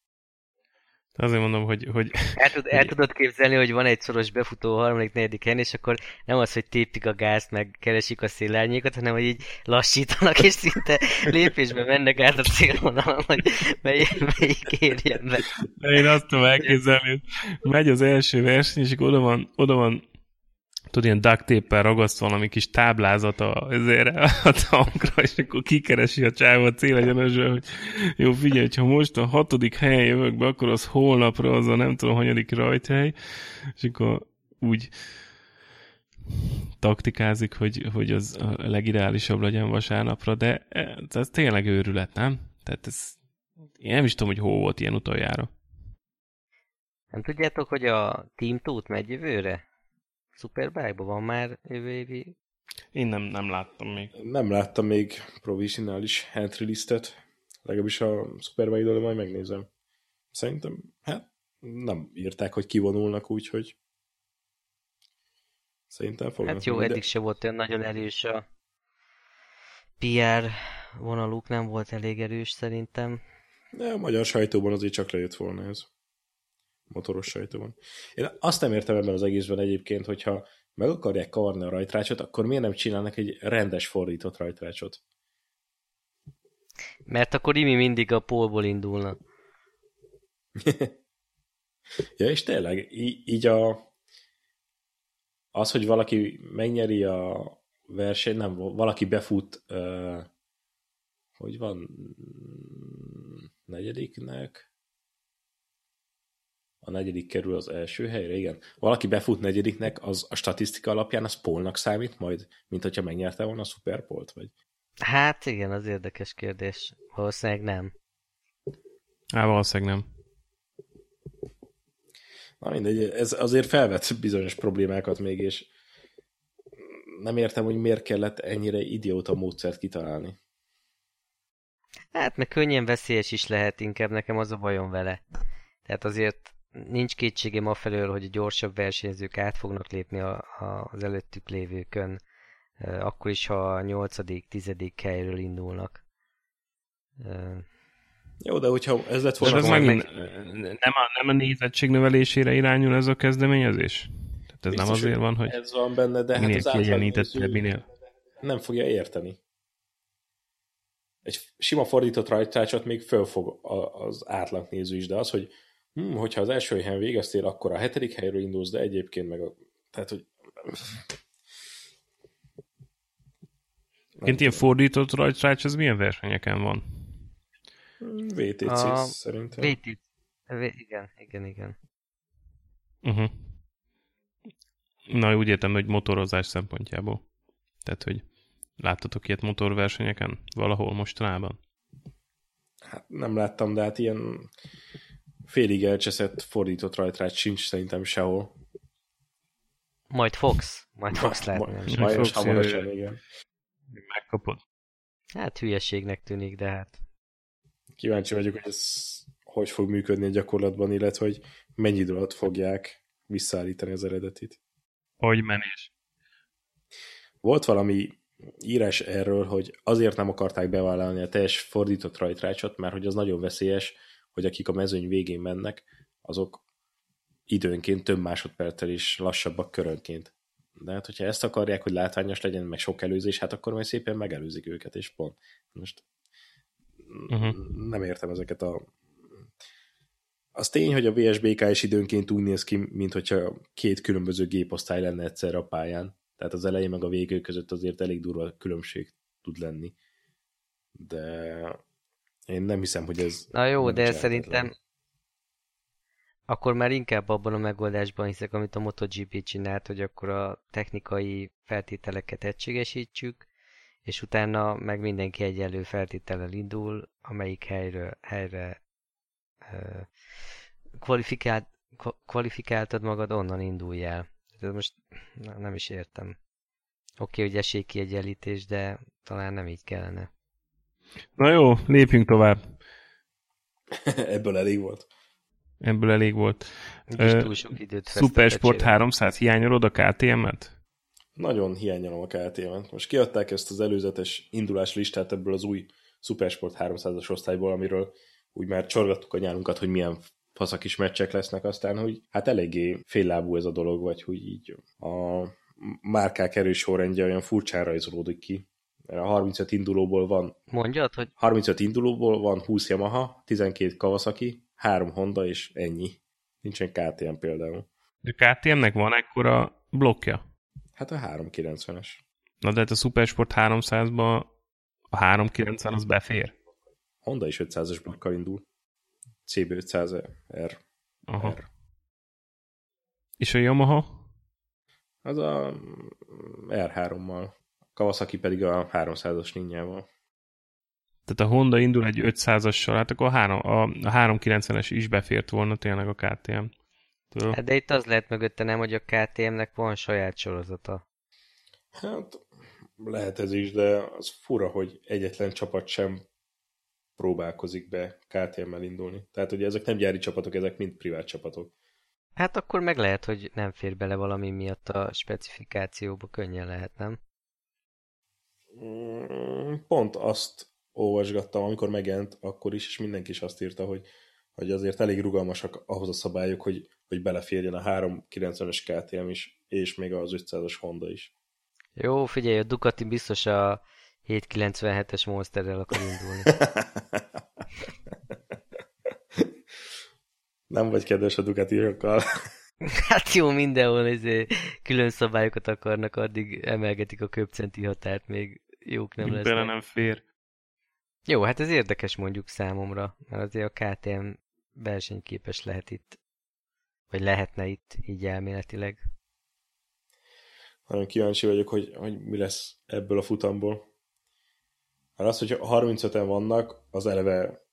S2: Azért mondom, hogy...
S1: El tudod képzelni, hogy van egy szoros befutó a harmadik, 4. helyen, és akkor nem az, hogy tépik a gázt, meg keresik a szélárnyékot, hanem hogy így lassítanak, és szinte lépésben mennek át a célvonalon, hogy melyik érjen be.
S2: De én azt tudom elképzelni, hogy megy az első verseny, és akkor oda van tudod, ilyen duct tape-el ragaszt valami kis táblázat a tankra, és akkor kikeresi a csávó a célegyenesre, hogy jó, figyelj, hogyha most a 6. helyen jövök be, akkor az holnapra az a nem tudom, hanyadik rajthely, és akkor úgy taktikázik, hogy az a legideálisabb legyen vasárnapra, de ez tényleg őrület, nem? Tehát én nem is tudom, hogy hol volt ilyen utoljára.
S1: Nem tudjátok, hogy a Team Tóth megy jövőre? Superbike-ban van már jövő évi?
S2: Én nem láttam még.
S3: Nem láttam még provisionális entry listet. Legalábbis a Superbike-dől majd megnézem. Szerintem, nem írták, hogy kivonulnak, úgyhogy szerintem fognak.
S1: Hát jó, eddig se volt olyan nagyon erős a PR vonaluk, nem volt elég erős szerintem.
S3: De a magyar sajtóban azért csak lejött volna ez. Motoros sajtóban. Én azt nem értem ebben az egészben egyébként, hogyha meg akarják kavarni a rajtrácsot, akkor miért nem csinálnak egy rendes fordított rajtrácsot?
S1: Mert akkor Imi mindig a pólból indulna.
S3: Ja, és tényleg, így az, hogy valaki megnyeri a versenyt, nem, valaki befut, hogy van, 4-nek, a 4. kerül az első helyre, igen. Valaki befut 4-nek, az a statisztika alapján az pólnak számít majd, mint hogyha megnyerte volna a Superpolt, vagy?
S1: Hát igen, az érdekes kérdés. Valószínűleg nem.
S2: Valószínűleg nem.
S3: Na mindegy, ez azért felvet bizonyos problémákat még, és nem értem, hogy miért kellett ennyire idióta módszert kitalálni.
S1: Hát, meg könnyen veszélyes is lehet, inkább nekem az a bajom vele. Tehát azért nincs kétségem afelől, hogy a gyorsabb versenyzők át fognak lépni az előttük lévőkön, akkor is, ha a 8.-10. helyről indulnak.
S3: Jó, de hogyha ez lett
S2: De
S3: volna...
S2: ez megint nem a nézettség növelésére irányul ez a kezdeményezés? Tehát ez
S3: Biztos,
S2: nem azért van, hogy
S3: ez van benne, de
S2: minél
S3: hát az
S2: kiegyenlítettebb,
S3: átlagnéző
S2: minél...
S3: nem fogja érteni. Egy sima fordított rajtrácsot még fölfog az átlagnéző is, de az, hogy hogyha az első helyen végeztél, akkor a 7. helyről indulsz, de egyébként meg a... Tehát, hogy...
S2: Ilyen fordított rajtrács, ez milyen versenyeken van?
S3: VTC szerintem.
S1: VTC. Igen.
S2: Uh-huh. Na, úgy értem, hogy motorozás szempontjából. Tehát, hogy láttatok ilyet motorversenyeken valahol mostanában?
S3: Hát nem láttam, de hát ilyen félig elcseszett fordított rajtrács sincs szerintem sehol.
S1: Majd Fox látni.
S3: Majd hamarosan, igen.
S2: Megkapod.
S1: Hát hülyeségnek tűnik, de hát...
S3: Kíváncsi vagyok, hogy ez hogy fog működni a gyakorlatban, illetve hogy mennyi idő alatt fogják visszaállítani az eredetit.
S2: Hogy menés.
S3: Volt valami írás erről, hogy azért nem akarták bevállalni a teljes fordított rajtrácsot, mert hogy az nagyon veszélyes, hogy akik a mezőny végén mennek, azok időnként több másodperccel is lassabbak körönként. De hát, hogyha ezt akarják, hogy látványos legyen, meg sok előzés, hát akkor majd szépen megelőzik őket, és pont. Most nem értem ezeket a... Az tény, hogy a VSBK is időnként úgy néz ki, mint hogyha két különböző géposztály lenne egyszerre a pályán. Tehát az elején meg a végő között azért elég durva különbség tud lenni. De én nem hiszem, hogy ez...
S1: Na jó, de szerintem akkor már inkább abban a megoldásban hiszek, amit a MotoGP csinált, hogy akkor a technikai feltételeket egységesítsük, és utána meg mindenki egyenlő feltétellel indul, amelyik helyre kvalifikáltad magad, onnan indulj el. De most nem is értem. Oké, hogy esélykiegyenlítés, de talán nem így kellene.
S2: Na jó, lépjünk tovább.
S3: Ebből elég volt.
S2: Ebből elég volt.
S1: Túl sok időt
S2: Supersport 300 hiányolod a KTM-et?
S3: Nagyon hiányolom a KTM-et. Most kiadták ezt az előzetes indulás listát ebből az új Supersport 300-as osztályból, amiről úgy már csorgattuk a nyálunkat, hogy milyen faszakis meccsek lesznek, aztán, hogy hát eléggé féllábú ez a dolog, vagy hogy így a márkák erős sorrendje olyan furcsán rajzolódik ki. Mert a 35 indulóból van...
S1: Mondjad, hogy...
S3: 35 indulóból van 20 Yamaha, 12 Kawasaki, 3 Honda és ennyi. Nincsen KTM például.
S2: De KTM-nek van ekkora blokkja?
S3: Hát a 390-es.
S2: Na de hát a Supersport 300-ba a 390 az befér?
S3: Honda is 500-as blokkal indul. CB500R.
S2: Aha. És a Yamaha?
S3: Az a R3-mal. Kawasaki pedig a 300-as ninjával.
S2: Tehát a Honda indul egy 500-assal, hát akkor a 390-es is befért volna tényleg a KTM-től.
S1: Hát de itt az lehet mögötte nem, hogy a KTM-nek van saját sorozata.
S3: Hát lehet ez is, de az fura, hogy egyetlen csapat sem próbálkozik be KTM-mel indulni. Tehát ugye ezek nem gyári csapatok, ezek mind privát csapatok.
S1: Hát akkor meg lehet, hogy nem fér bele valami miatt a specifikációba, könnyen lehet, nem?
S3: Pont azt olvasgattam, amikor megjelent akkor is, és mindenki is azt írta, hogy azért elég rugalmasak ahhoz a szabályok, hogy beleférjen a 390-es KTM is, és még az 500-as Honda is.
S1: Jó, figyelj, a Ducati biztos a 797-es Monsterrel akar indulni.
S3: Nem vagy kedves a Ducati-okkal.
S1: Hát jó, mindenhol külön szabályokat akarnak, addig emelgetik a köbcenti határt, még jók nem lesznek.
S2: Bele nem fér.
S1: Jó, hát ez érdekes mondjuk számomra, mert azért a KTM versenyképes lehet itt, vagy lehetne itt így elméletileg.
S3: Nagyon kíváncsi vagyok, hogy mi lesz ebből a futamból. Mert az, hogy 35-en vannak, az eleve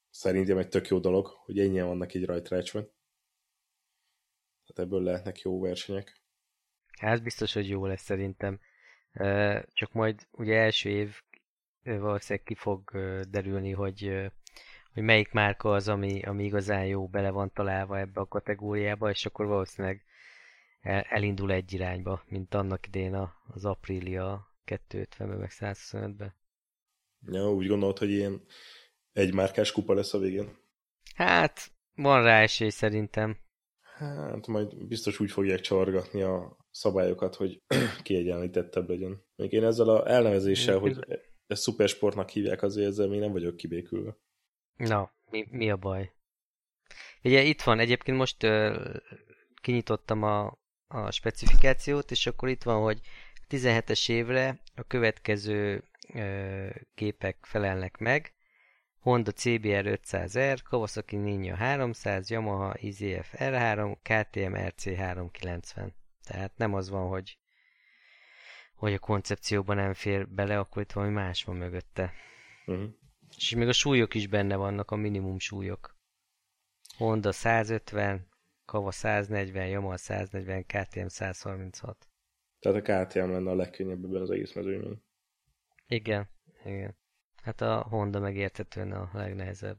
S3: szerintem egy tök jó dolog, hogy ennyien vannak így rajtrácsban. Tehát ebből lehetnek jó versenyek.
S1: Hát biztos, hogy jó lesz szerintem. Csak majd ugye első év valószínűleg ki fog derülni, hogy melyik márka az, ami igazán jó, bele van találva ebbe a kategóriába, és akkor valószínűleg elindul egy irányba, mint annak idén az Aprilia 250-ben, meg 125-ben.
S3: Ja, úgy gondolod, hogy ilyen egymárkás kupa lesz a végén?
S1: Hát, van rá esély szerintem.
S3: Hát majd biztos úgy fogják csavargatni a szabályokat, hogy kiegyenlítettebb legyen. Még én ezzel a elnevezéssel, hogy ezt szupersportnak hívják, azért ezzel még nem vagyok kibékülve.
S1: Na, mi a baj? Ugye itt van, egyébként most kinyitottam a specifikációt, és akkor itt van, hogy 17-es évre a következő gépek felelnek meg. Honda CBR 500R, Kawasaki Ninja 300, Yamaha IZF R3, KTM RC 390. Tehát nem az van, hogy a koncepcióban nem fér bele, akkor itt valami más van mögötte. És még a súlyok is benne vannak, a minimum súlyok. Honda 150, Kawa 140, Yamaha 140, KTM 136.
S3: Tehát a KTM lenne a legkönnyebb ebben az egész mezőnyben.
S1: Igen. Hát a Honda megérthetően a legnehezebb.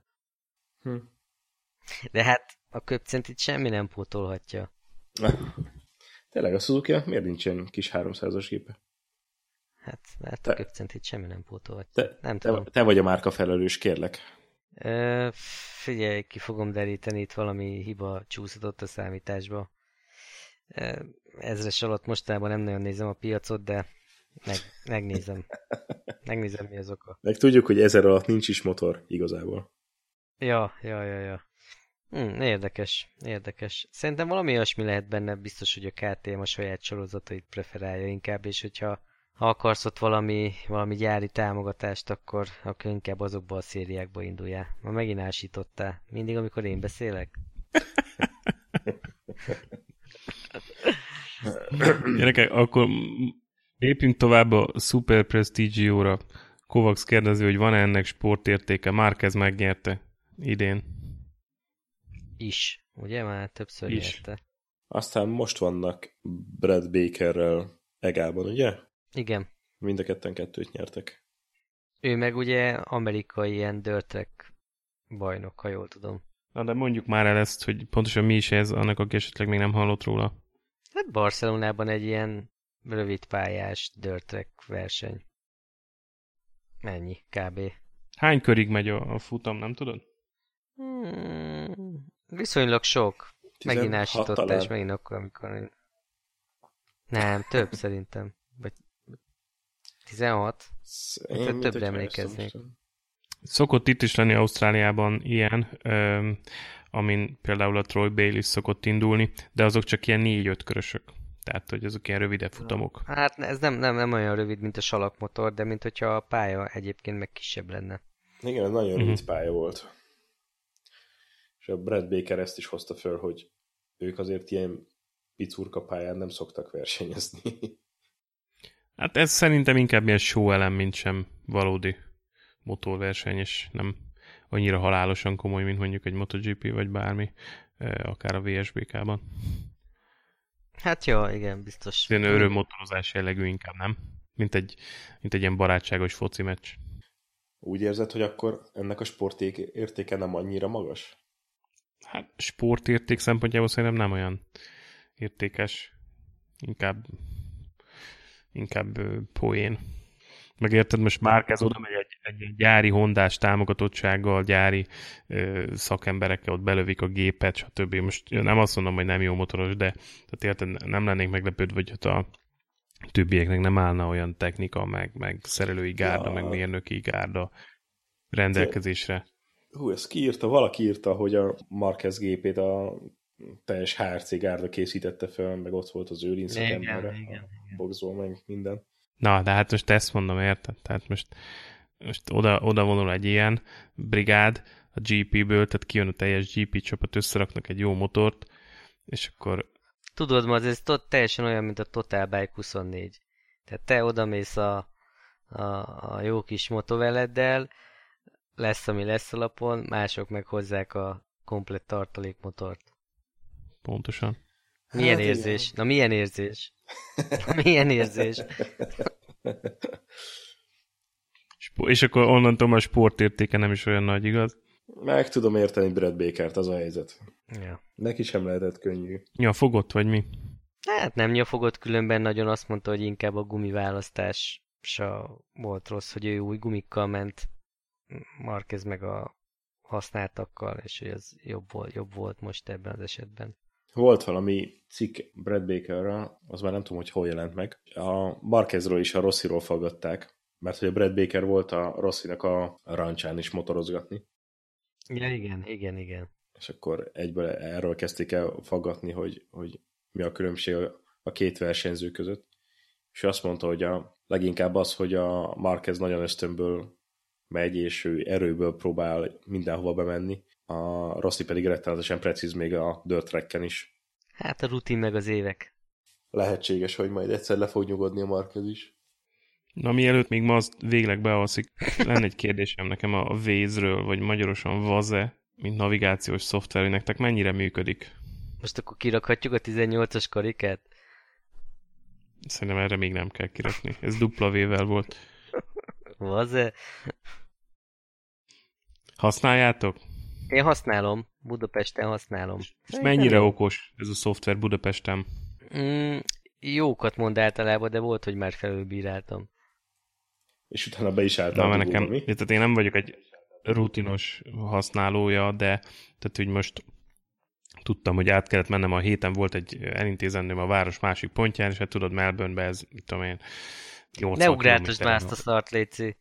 S1: De hát a köpcentit semmi nem pótolhatja.
S3: Tényleg a Suzuki miért nincsen kis 300-as gépe?
S1: Hát a köpcentit semmi nem pótolhatja. Nem tudom.
S3: Te vagy a márka felelős, kérlek.
S1: Figyelj, ki fogom deríteni, itt valami hiba csúszott a számításba. Ezres alatt mostában nem nagyon nézem a piacot, de megnézem. Megnézem, mi az oka.
S3: Meg tudjuk, hogy 1000 alatt nincs is motor igazából.
S1: Ja. Érdekes. Szerintem valami olyasmi lehet benne, biztos, hogy a KTM a saját sorozatait preferálja inkább, és hogyha akarsz ott valami gyári támogatást, akkor inkább azokba a szériákba induljál. Ma megint ásítottál. Mindig, amikor én beszélek.
S2: Gyerekek, akkor lépjünk tovább a Super Prestigio-ra. Kovacs kérdezi, hogy van-e ennek sportértéke. Márquez megnyerte idén.
S1: Ugye? Már többször nyerte.
S3: Aztán most vannak Brad Bakerrel Egában, ugye?
S1: Igen.
S3: Mind a ketten 2-t nyertek.
S1: Ő meg ugye amerikai ilyen dirt track bajnok, ha jól tudom.
S2: Na de mondjuk már el ezt, hogy pontosan mi is ez, annak, aki esetleg még nem hallott róla.
S1: Hát Barcelonában egy ilyen rövid pályás dirt track verseny. Ennyi, kb.
S2: Hány körig megy a futam, nem tudod?
S1: Viszonylag sok. Megint
S3: 16
S1: ásítottál,
S3: talán.
S1: és megint akkor, amikor... Nem, több szerintem. Vagy 16? Többre emlékeznék.
S2: Szokott itt is lenni Ausztráliában ilyen, amin például a Troy Bayliss szokott indulni, de azok csak ilyen 4-5 körösök. Tehát, hogy azok ilyen rövidebb futamok.
S1: Hát ez nem olyan rövid, mint a salakmotor, de mint hogyha a pálya egyébként meg kisebb lenne.
S3: Igen, ez nagyon rövid pálya volt. És a Brad Baker ezt is hozta föl, hogy ők azért ilyen picurka pályán nem szoktak versenyezni.
S2: Hát ez szerintem inkább ilyen show elem, mint sem valódi motorverseny, és nem annyira halálosan komoly, mint mondjuk egy MotoGP, vagy bármi, akár a VSBK-ban.
S1: Hát jó, igen, biztos.
S2: Ilyen örömmotorozás jellegű inkább, nem? Mint egy ilyen barátságos foci meccs.
S3: Úgy érzed, hogy akkor ennek a sportértéke nem annyira magas?
S2: Hát sportérték szempontjából szerintem nem olyan értékes. Inkább poén. Megérted, most Márquez oda megy egy gyári hondás támogatottsággal, gyári szakemberekkel, ott belövik a gépet, stb. Most nem azt mondom, hogy nem jó motoros, de tehát érted, nem lennék meglepődve, hogy ott a többieknek nem állna olyan technika, meg szerelői gárda, meg mérnöki gárda rendelkezésre.
S3: Ezt kiírta, valaki írta, hogy a Márquez gépét a teljes HRC gárda készítette fel, meg ott volt az őrin szakembere, a boxból, meg minden.
S2: Na, de hát most ezt mondom, érted? Tehát most oda vonul egy ilyen brigád a GP-ből, tehát kijön a teljes GP csapat, összeraknak egy jó motort, és akkor...
S1: Tudod, ma ez teljesen olyan, mint a Total Bike 24. Tehát te odamész a jó kis motoveleddel, lesz, ami lesz alapon, mások meg hozzák a komplett tartalékmotort.
S2: Pontosan.
S1: Milyen
S3: Hát
S1: érzés?
S3: igen.
S1: Na milyen érzés? Milyen érzés?
S2: És akkor onnantól a sportértéke nem is olyan nagy, igaz?
S3: Meg tudom érteni Brad Bakert, az a helyzet.
S1: Ja.
S3: Neki sem lehetett könnyű.
S2: Ja, fogott vagy mi?
S1: Hát nem nyafogott, különben nagyon azt mondta, hogy inkább a gumiválasztása volt rossz, hogy ő új gumikkal ment, Marquez meg a használtakkal, és hogy az jobb volt most ebben az esetben.
S3: Volt valami cikk Brad Bakerről, az már nem tudom, hogy hol jelent meg. A Marquezról is a Rossiról faggatták, mert hogy a Brad Baker volt a Rossinak a rancsán is motorozgatni.
S1: Ja, igen.
S3: És akkor egyből erről kezdték el faggatni, hogy mi a különbség a két versenyző között. És azt mondta, hogy leginkább az, hogy a Marquez nagyon ösztönből megy, és ő erőből próbál mindenhova bemenni. A Rossi pedig rettenetesen precíz még a dirt tracken is.
S1: Hát a rutin meg az évek.
S3: Lehetséges, hogy majd egyszer le fog nyugodni a Marquez is.
S2: Na, mielőtt még ma azt végleg bealszik, lenne egy kérdésem nekem a Waze-ről, vagy magyarosan Vaze, mint navigációs szoftver, hogy nektek mennyire működik?
S1: Most akkor kirakhatjuk a 18-as karikát?
S2: Szerintem erre még nem kell kirakni. Ez dupla V-vel volt.
S1: Az-e?
S2: Használjátok?
S1: Én használom. Budapesten használom.
S2: És mennyire okos ez a szoftver Budapesten?
S1: Jókat mond általában, de volt, hogy már felülbíráltam.
S3: És utána be is álltál
S2: Na,
S3: a
S2: mert nekem,
S3: dugóba, mi?
S2: tehát én nem vagyok egy rutinos használója, de tehát úgy most tudtam, hogy át kellett mennem, a héten volt egy elintézendőm a város másik pontján, és hát tudod, Melbournebe ez, mit tudom én, 80
S1: Ne ugráltasd
S2: kilométerre
S1: már azt a szart, léci.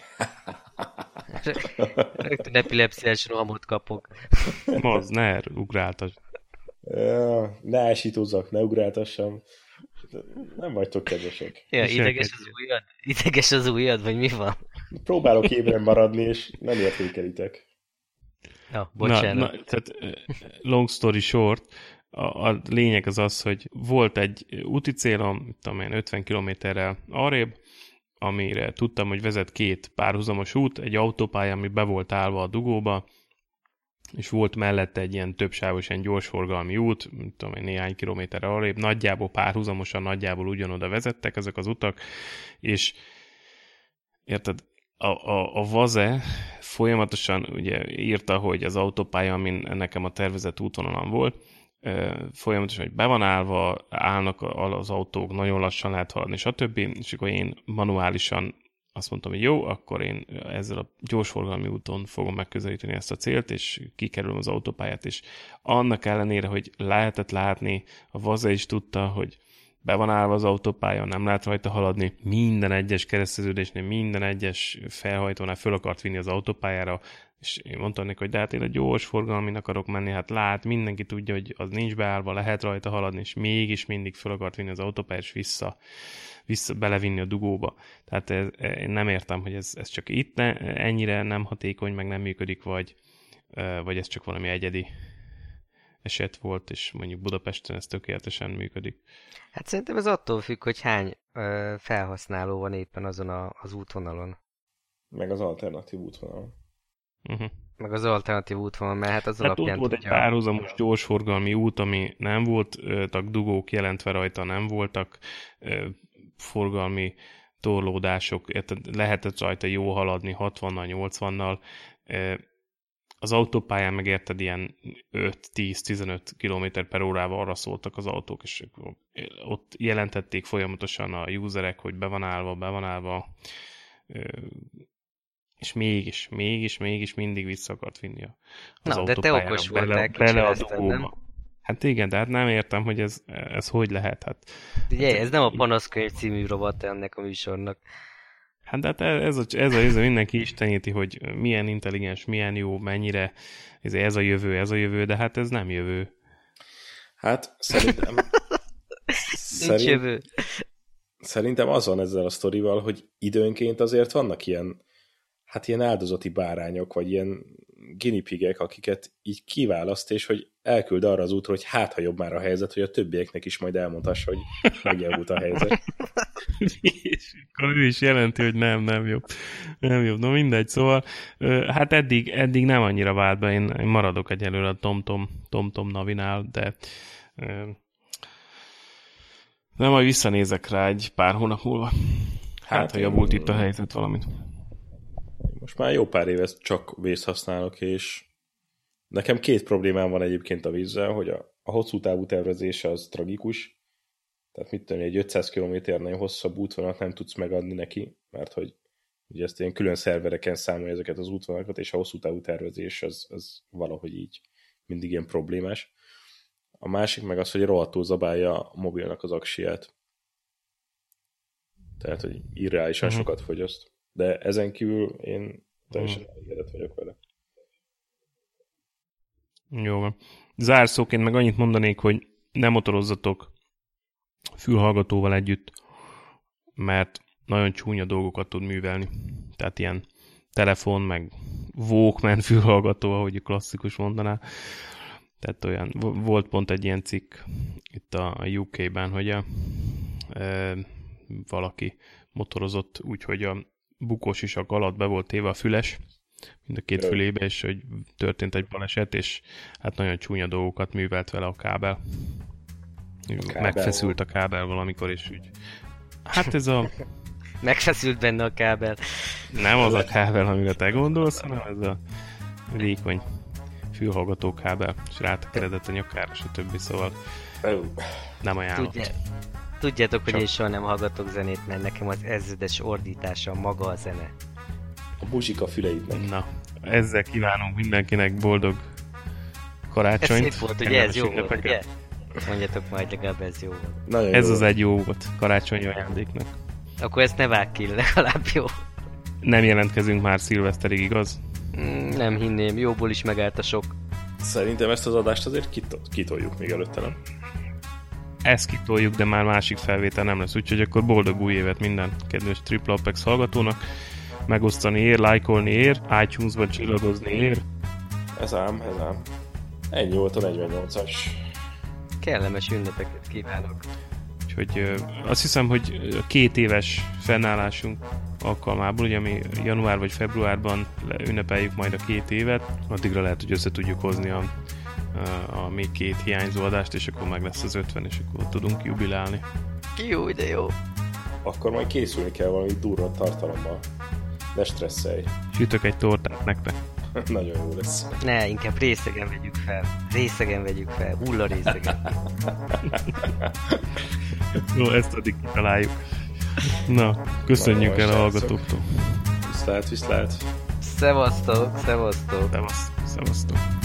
S1: Rögtön epilepsziás rohamot kapok.
S2: Az, ne ugráltasd.
S3: Ja, ne ásítózzak, ne ugráltassam. Nem vagytok kedvesek.
S1: Ja,
S2: Viselkedj.
S1: ideges az ujjad? Ideges az ujjad, vagy mi van?
S3: Próbálok ébren maradni, és nem értékelitek.
S1: Ja, bocsánat.
S2: Tehát long story short, a lényeg az az, hogy volt egy úti célom, tudom én, 50 kilométerrel arrébb, amire tudtam, hogy vezet két párhuzamos út, egy autópálya, ami be volt állva a dugóba, és volt mellette egy ilyen többsávos, ilyen gyorsforgalmi út, tudom én, néhány kilométerre arrébb, nagyjából párhuzamosan, nagyjából ugyanoda vezettek ezek az utak, és érted, a Vaze folyamatosan ugye írta, hogy az autópálya, amin nekem a tervezett útvonalon volt, folyamatosan, hogy be van állva, állnak az autók, nagyon lassan lehet haladni, stb. És akkor én manuálisan azt mondtam, hogy jó, akkor én ezzel a gyorsforgalmi úton fogom megközelíteni ezt a célt, és kikerülöm az autópályát, és annak ellenére, hogy lehetett látni, a Vaze is tudta, hogy be van állva az autópálya, nem lehet rajta haladni, minden egyes kereszteződésnél, minden egyes felhajtónál föl akart vinni az autópályára, és én mondtam neki, hogy de hát én a gyors forgalmin akarok menni, hát mindenki tudja, hogy az nincs beállva, lehet rajta haladni, és mégis mindig föl akart vinni az autópályát, és vissza belevinni a dugóba. Tehát én nem értem, hogy ez csak itt ennyire nem hatékony, meg nem működik, vagy ez csak valami egyedi eset volt, és mondjuk Budapesten ez tökéletesen működik.
S1: Hát szerintem ez attól függ, hogy hány felhasználó van éppen azon az útvonalon.
S3: Meg az alternatív útvonalon.
S2: Uh-huh.
S1: Meg az alternatív útvonalon, mert hát az
S2: Hát
S1: alapján
S2: ott volt egy párhuzamos gyorsforgalmi út, ami nem voltak dugók jelentve rajta, nem voltak forgalmi torlódások, lehetett rajta jó haladni 60-nal, 80-nal. Az autópályán megérted ilyen 5-10-15 km per órával arra szóltak az autók, és ott jelentették folyamatosan a userek, hogy be van állva, és mégis mindig vissza akart vinni az
S1: autópályára. De te okos voltál,
S2: bele a dugóba. Hát igen, de hát nem értem, hogy ez hogy lehet. Hát,
S1: ugye, ez nem a Panaszkönyv című rovat ennek a műsornak.
S2: Hát de hát ez a mindenki isteníti, hogy milyen intelligens, milyen jó, mennyire ez a jövő, de hát ez nem jövő.
S3: Hát szerintem...
S1: Nincs jövő.
S3: Szerintem az van ezzel a sztorival, hogy időnként azért vannak ilyen áldozati bárányok, vagy ilyen guinea pigek, akiket így kiválaszt, és hogy elküld arra az útra, hogy hát, ha jobb már a helyzet, hogy a többieknek is majd elmondhassa, hogy megjavult a helyzet.
S2: akkor ő is jelenti, hogy nem jobb. Nem jobb. No mindegy, szóval hát eddig nem annyira vált be, én maradok egyelőre a TomTom Navinál, de nem, majd visszanézek rá egy pár hónap múlva. Hát, ha javult itt a helyzet valamit.
S3: Most már jó pár éve csak Waze használok, és nekem 2 problémám van egyébként a vízzel, hogy a hosszú távú tervezése az tragikus, tehát mit tudom, egy 500 km-nél hosszabb útvonalat nem tudsz megadni neki, mert hogy ugye ezt ilyen külön szervereken számolja ezeket az útvonalakat, és a hosszú távú tervezés az valahogy így mindig ilyen problémás. A másik meg az, hogy rohadtul zabálja a mobilnak az aksiját. Tehát, hogy irreálisan sokat fogyaszt. De ezen kívül én teljesen elégedett vagyok vele.
S2: Jó van. Zárszóként meg annyit mondanék, hogy nem motorozzatok fülhallgatóval együtt, mert nagyon csúnya dolgokat tud művelni. Tehát ilyen telefon, meg Walkman fülhallgató, ahogy a klasszikus mondaná. Tehát olyan, volt pont egy ilyen cikk itt a UK-ben, hogy valaki motorozott úgy, hogy a bukós isak alatt be volt téve a füles, mind a 2 fülébe, és hogy történt egy baleset, és hát nagyon csúnya dolgokat művelt vele a kábel. Megfeszült a kábel valamikor, és úgy... Hát ez a...
S1: Megfeszült benne a kábel.
S2: Nem az a kábel, amire te gondolsz, hanem ez a vékony fülhallgató kábel, és rátekeredett a nyakára, stb. Szóval nem ajánlott.
S1: Tudjátok, hogy én soha nem hallgatok zenét, mert nekem az ezredes ordítása maga a zene.
S3: A muzsika füleidnek.
S2: Na, ezzel kívánunk mindenkinek boldog karácsonyt.
S1: Ez szép volt, ugye? Ez jó volt, ugye? Mondjatok majd, legalább ez jó volt.
S2: Nagyon ez jó az egy jó volt karácsonyi ajándéknak.
S1: Akkor ezt ne vágj ki, legalább jó.
S2: Nem jelentkezünk már szilveszterig, igaz?
S1: Nem hinném, jóból is megállt a sok.
S3: Szerintem ezt az adást azért kitoljuk még előtte, nem?
S2: Ezt kitoljuk, de már másik felvétel nem lesz, úgyhogy akkor boldog új évet minden kedves Triple Apex hallgatónak. Megosztani ér, lájkolni ér, iTunes-ban csillagozni ér.
S3: Ez ám. Ennyi volt a 48-as.
S1: Kellemes ünnepeket kívánok.
S2: Úgyhogy azt hiszem, hogy 2 éves fennállásunk alkalmából, ugye mi január vagy februárban ünnepeljük majd a 2 évet, addigra lehet, hogy össze tudjuk hozni a még 2 hiányzó adást, és akkor meg lesz az 50, és akkor tudunk jubilálni.
S1: Jó, de jó.
S3: Akkor majd készülni kell valami durva tartalommal. Ne stresszelj.
S2: Sütök egy tortát nektek.
S3: Nagyon jó lesz.
S1: Ne, inkább részegen vegyük fel. Hulla részegen.
S2: Jó, ezt addig kitaláljuk. Na, köszönjük el a hallgatóktól.
S3: Viszlát.
S1: Szevasztok.
S2: Szevasztok.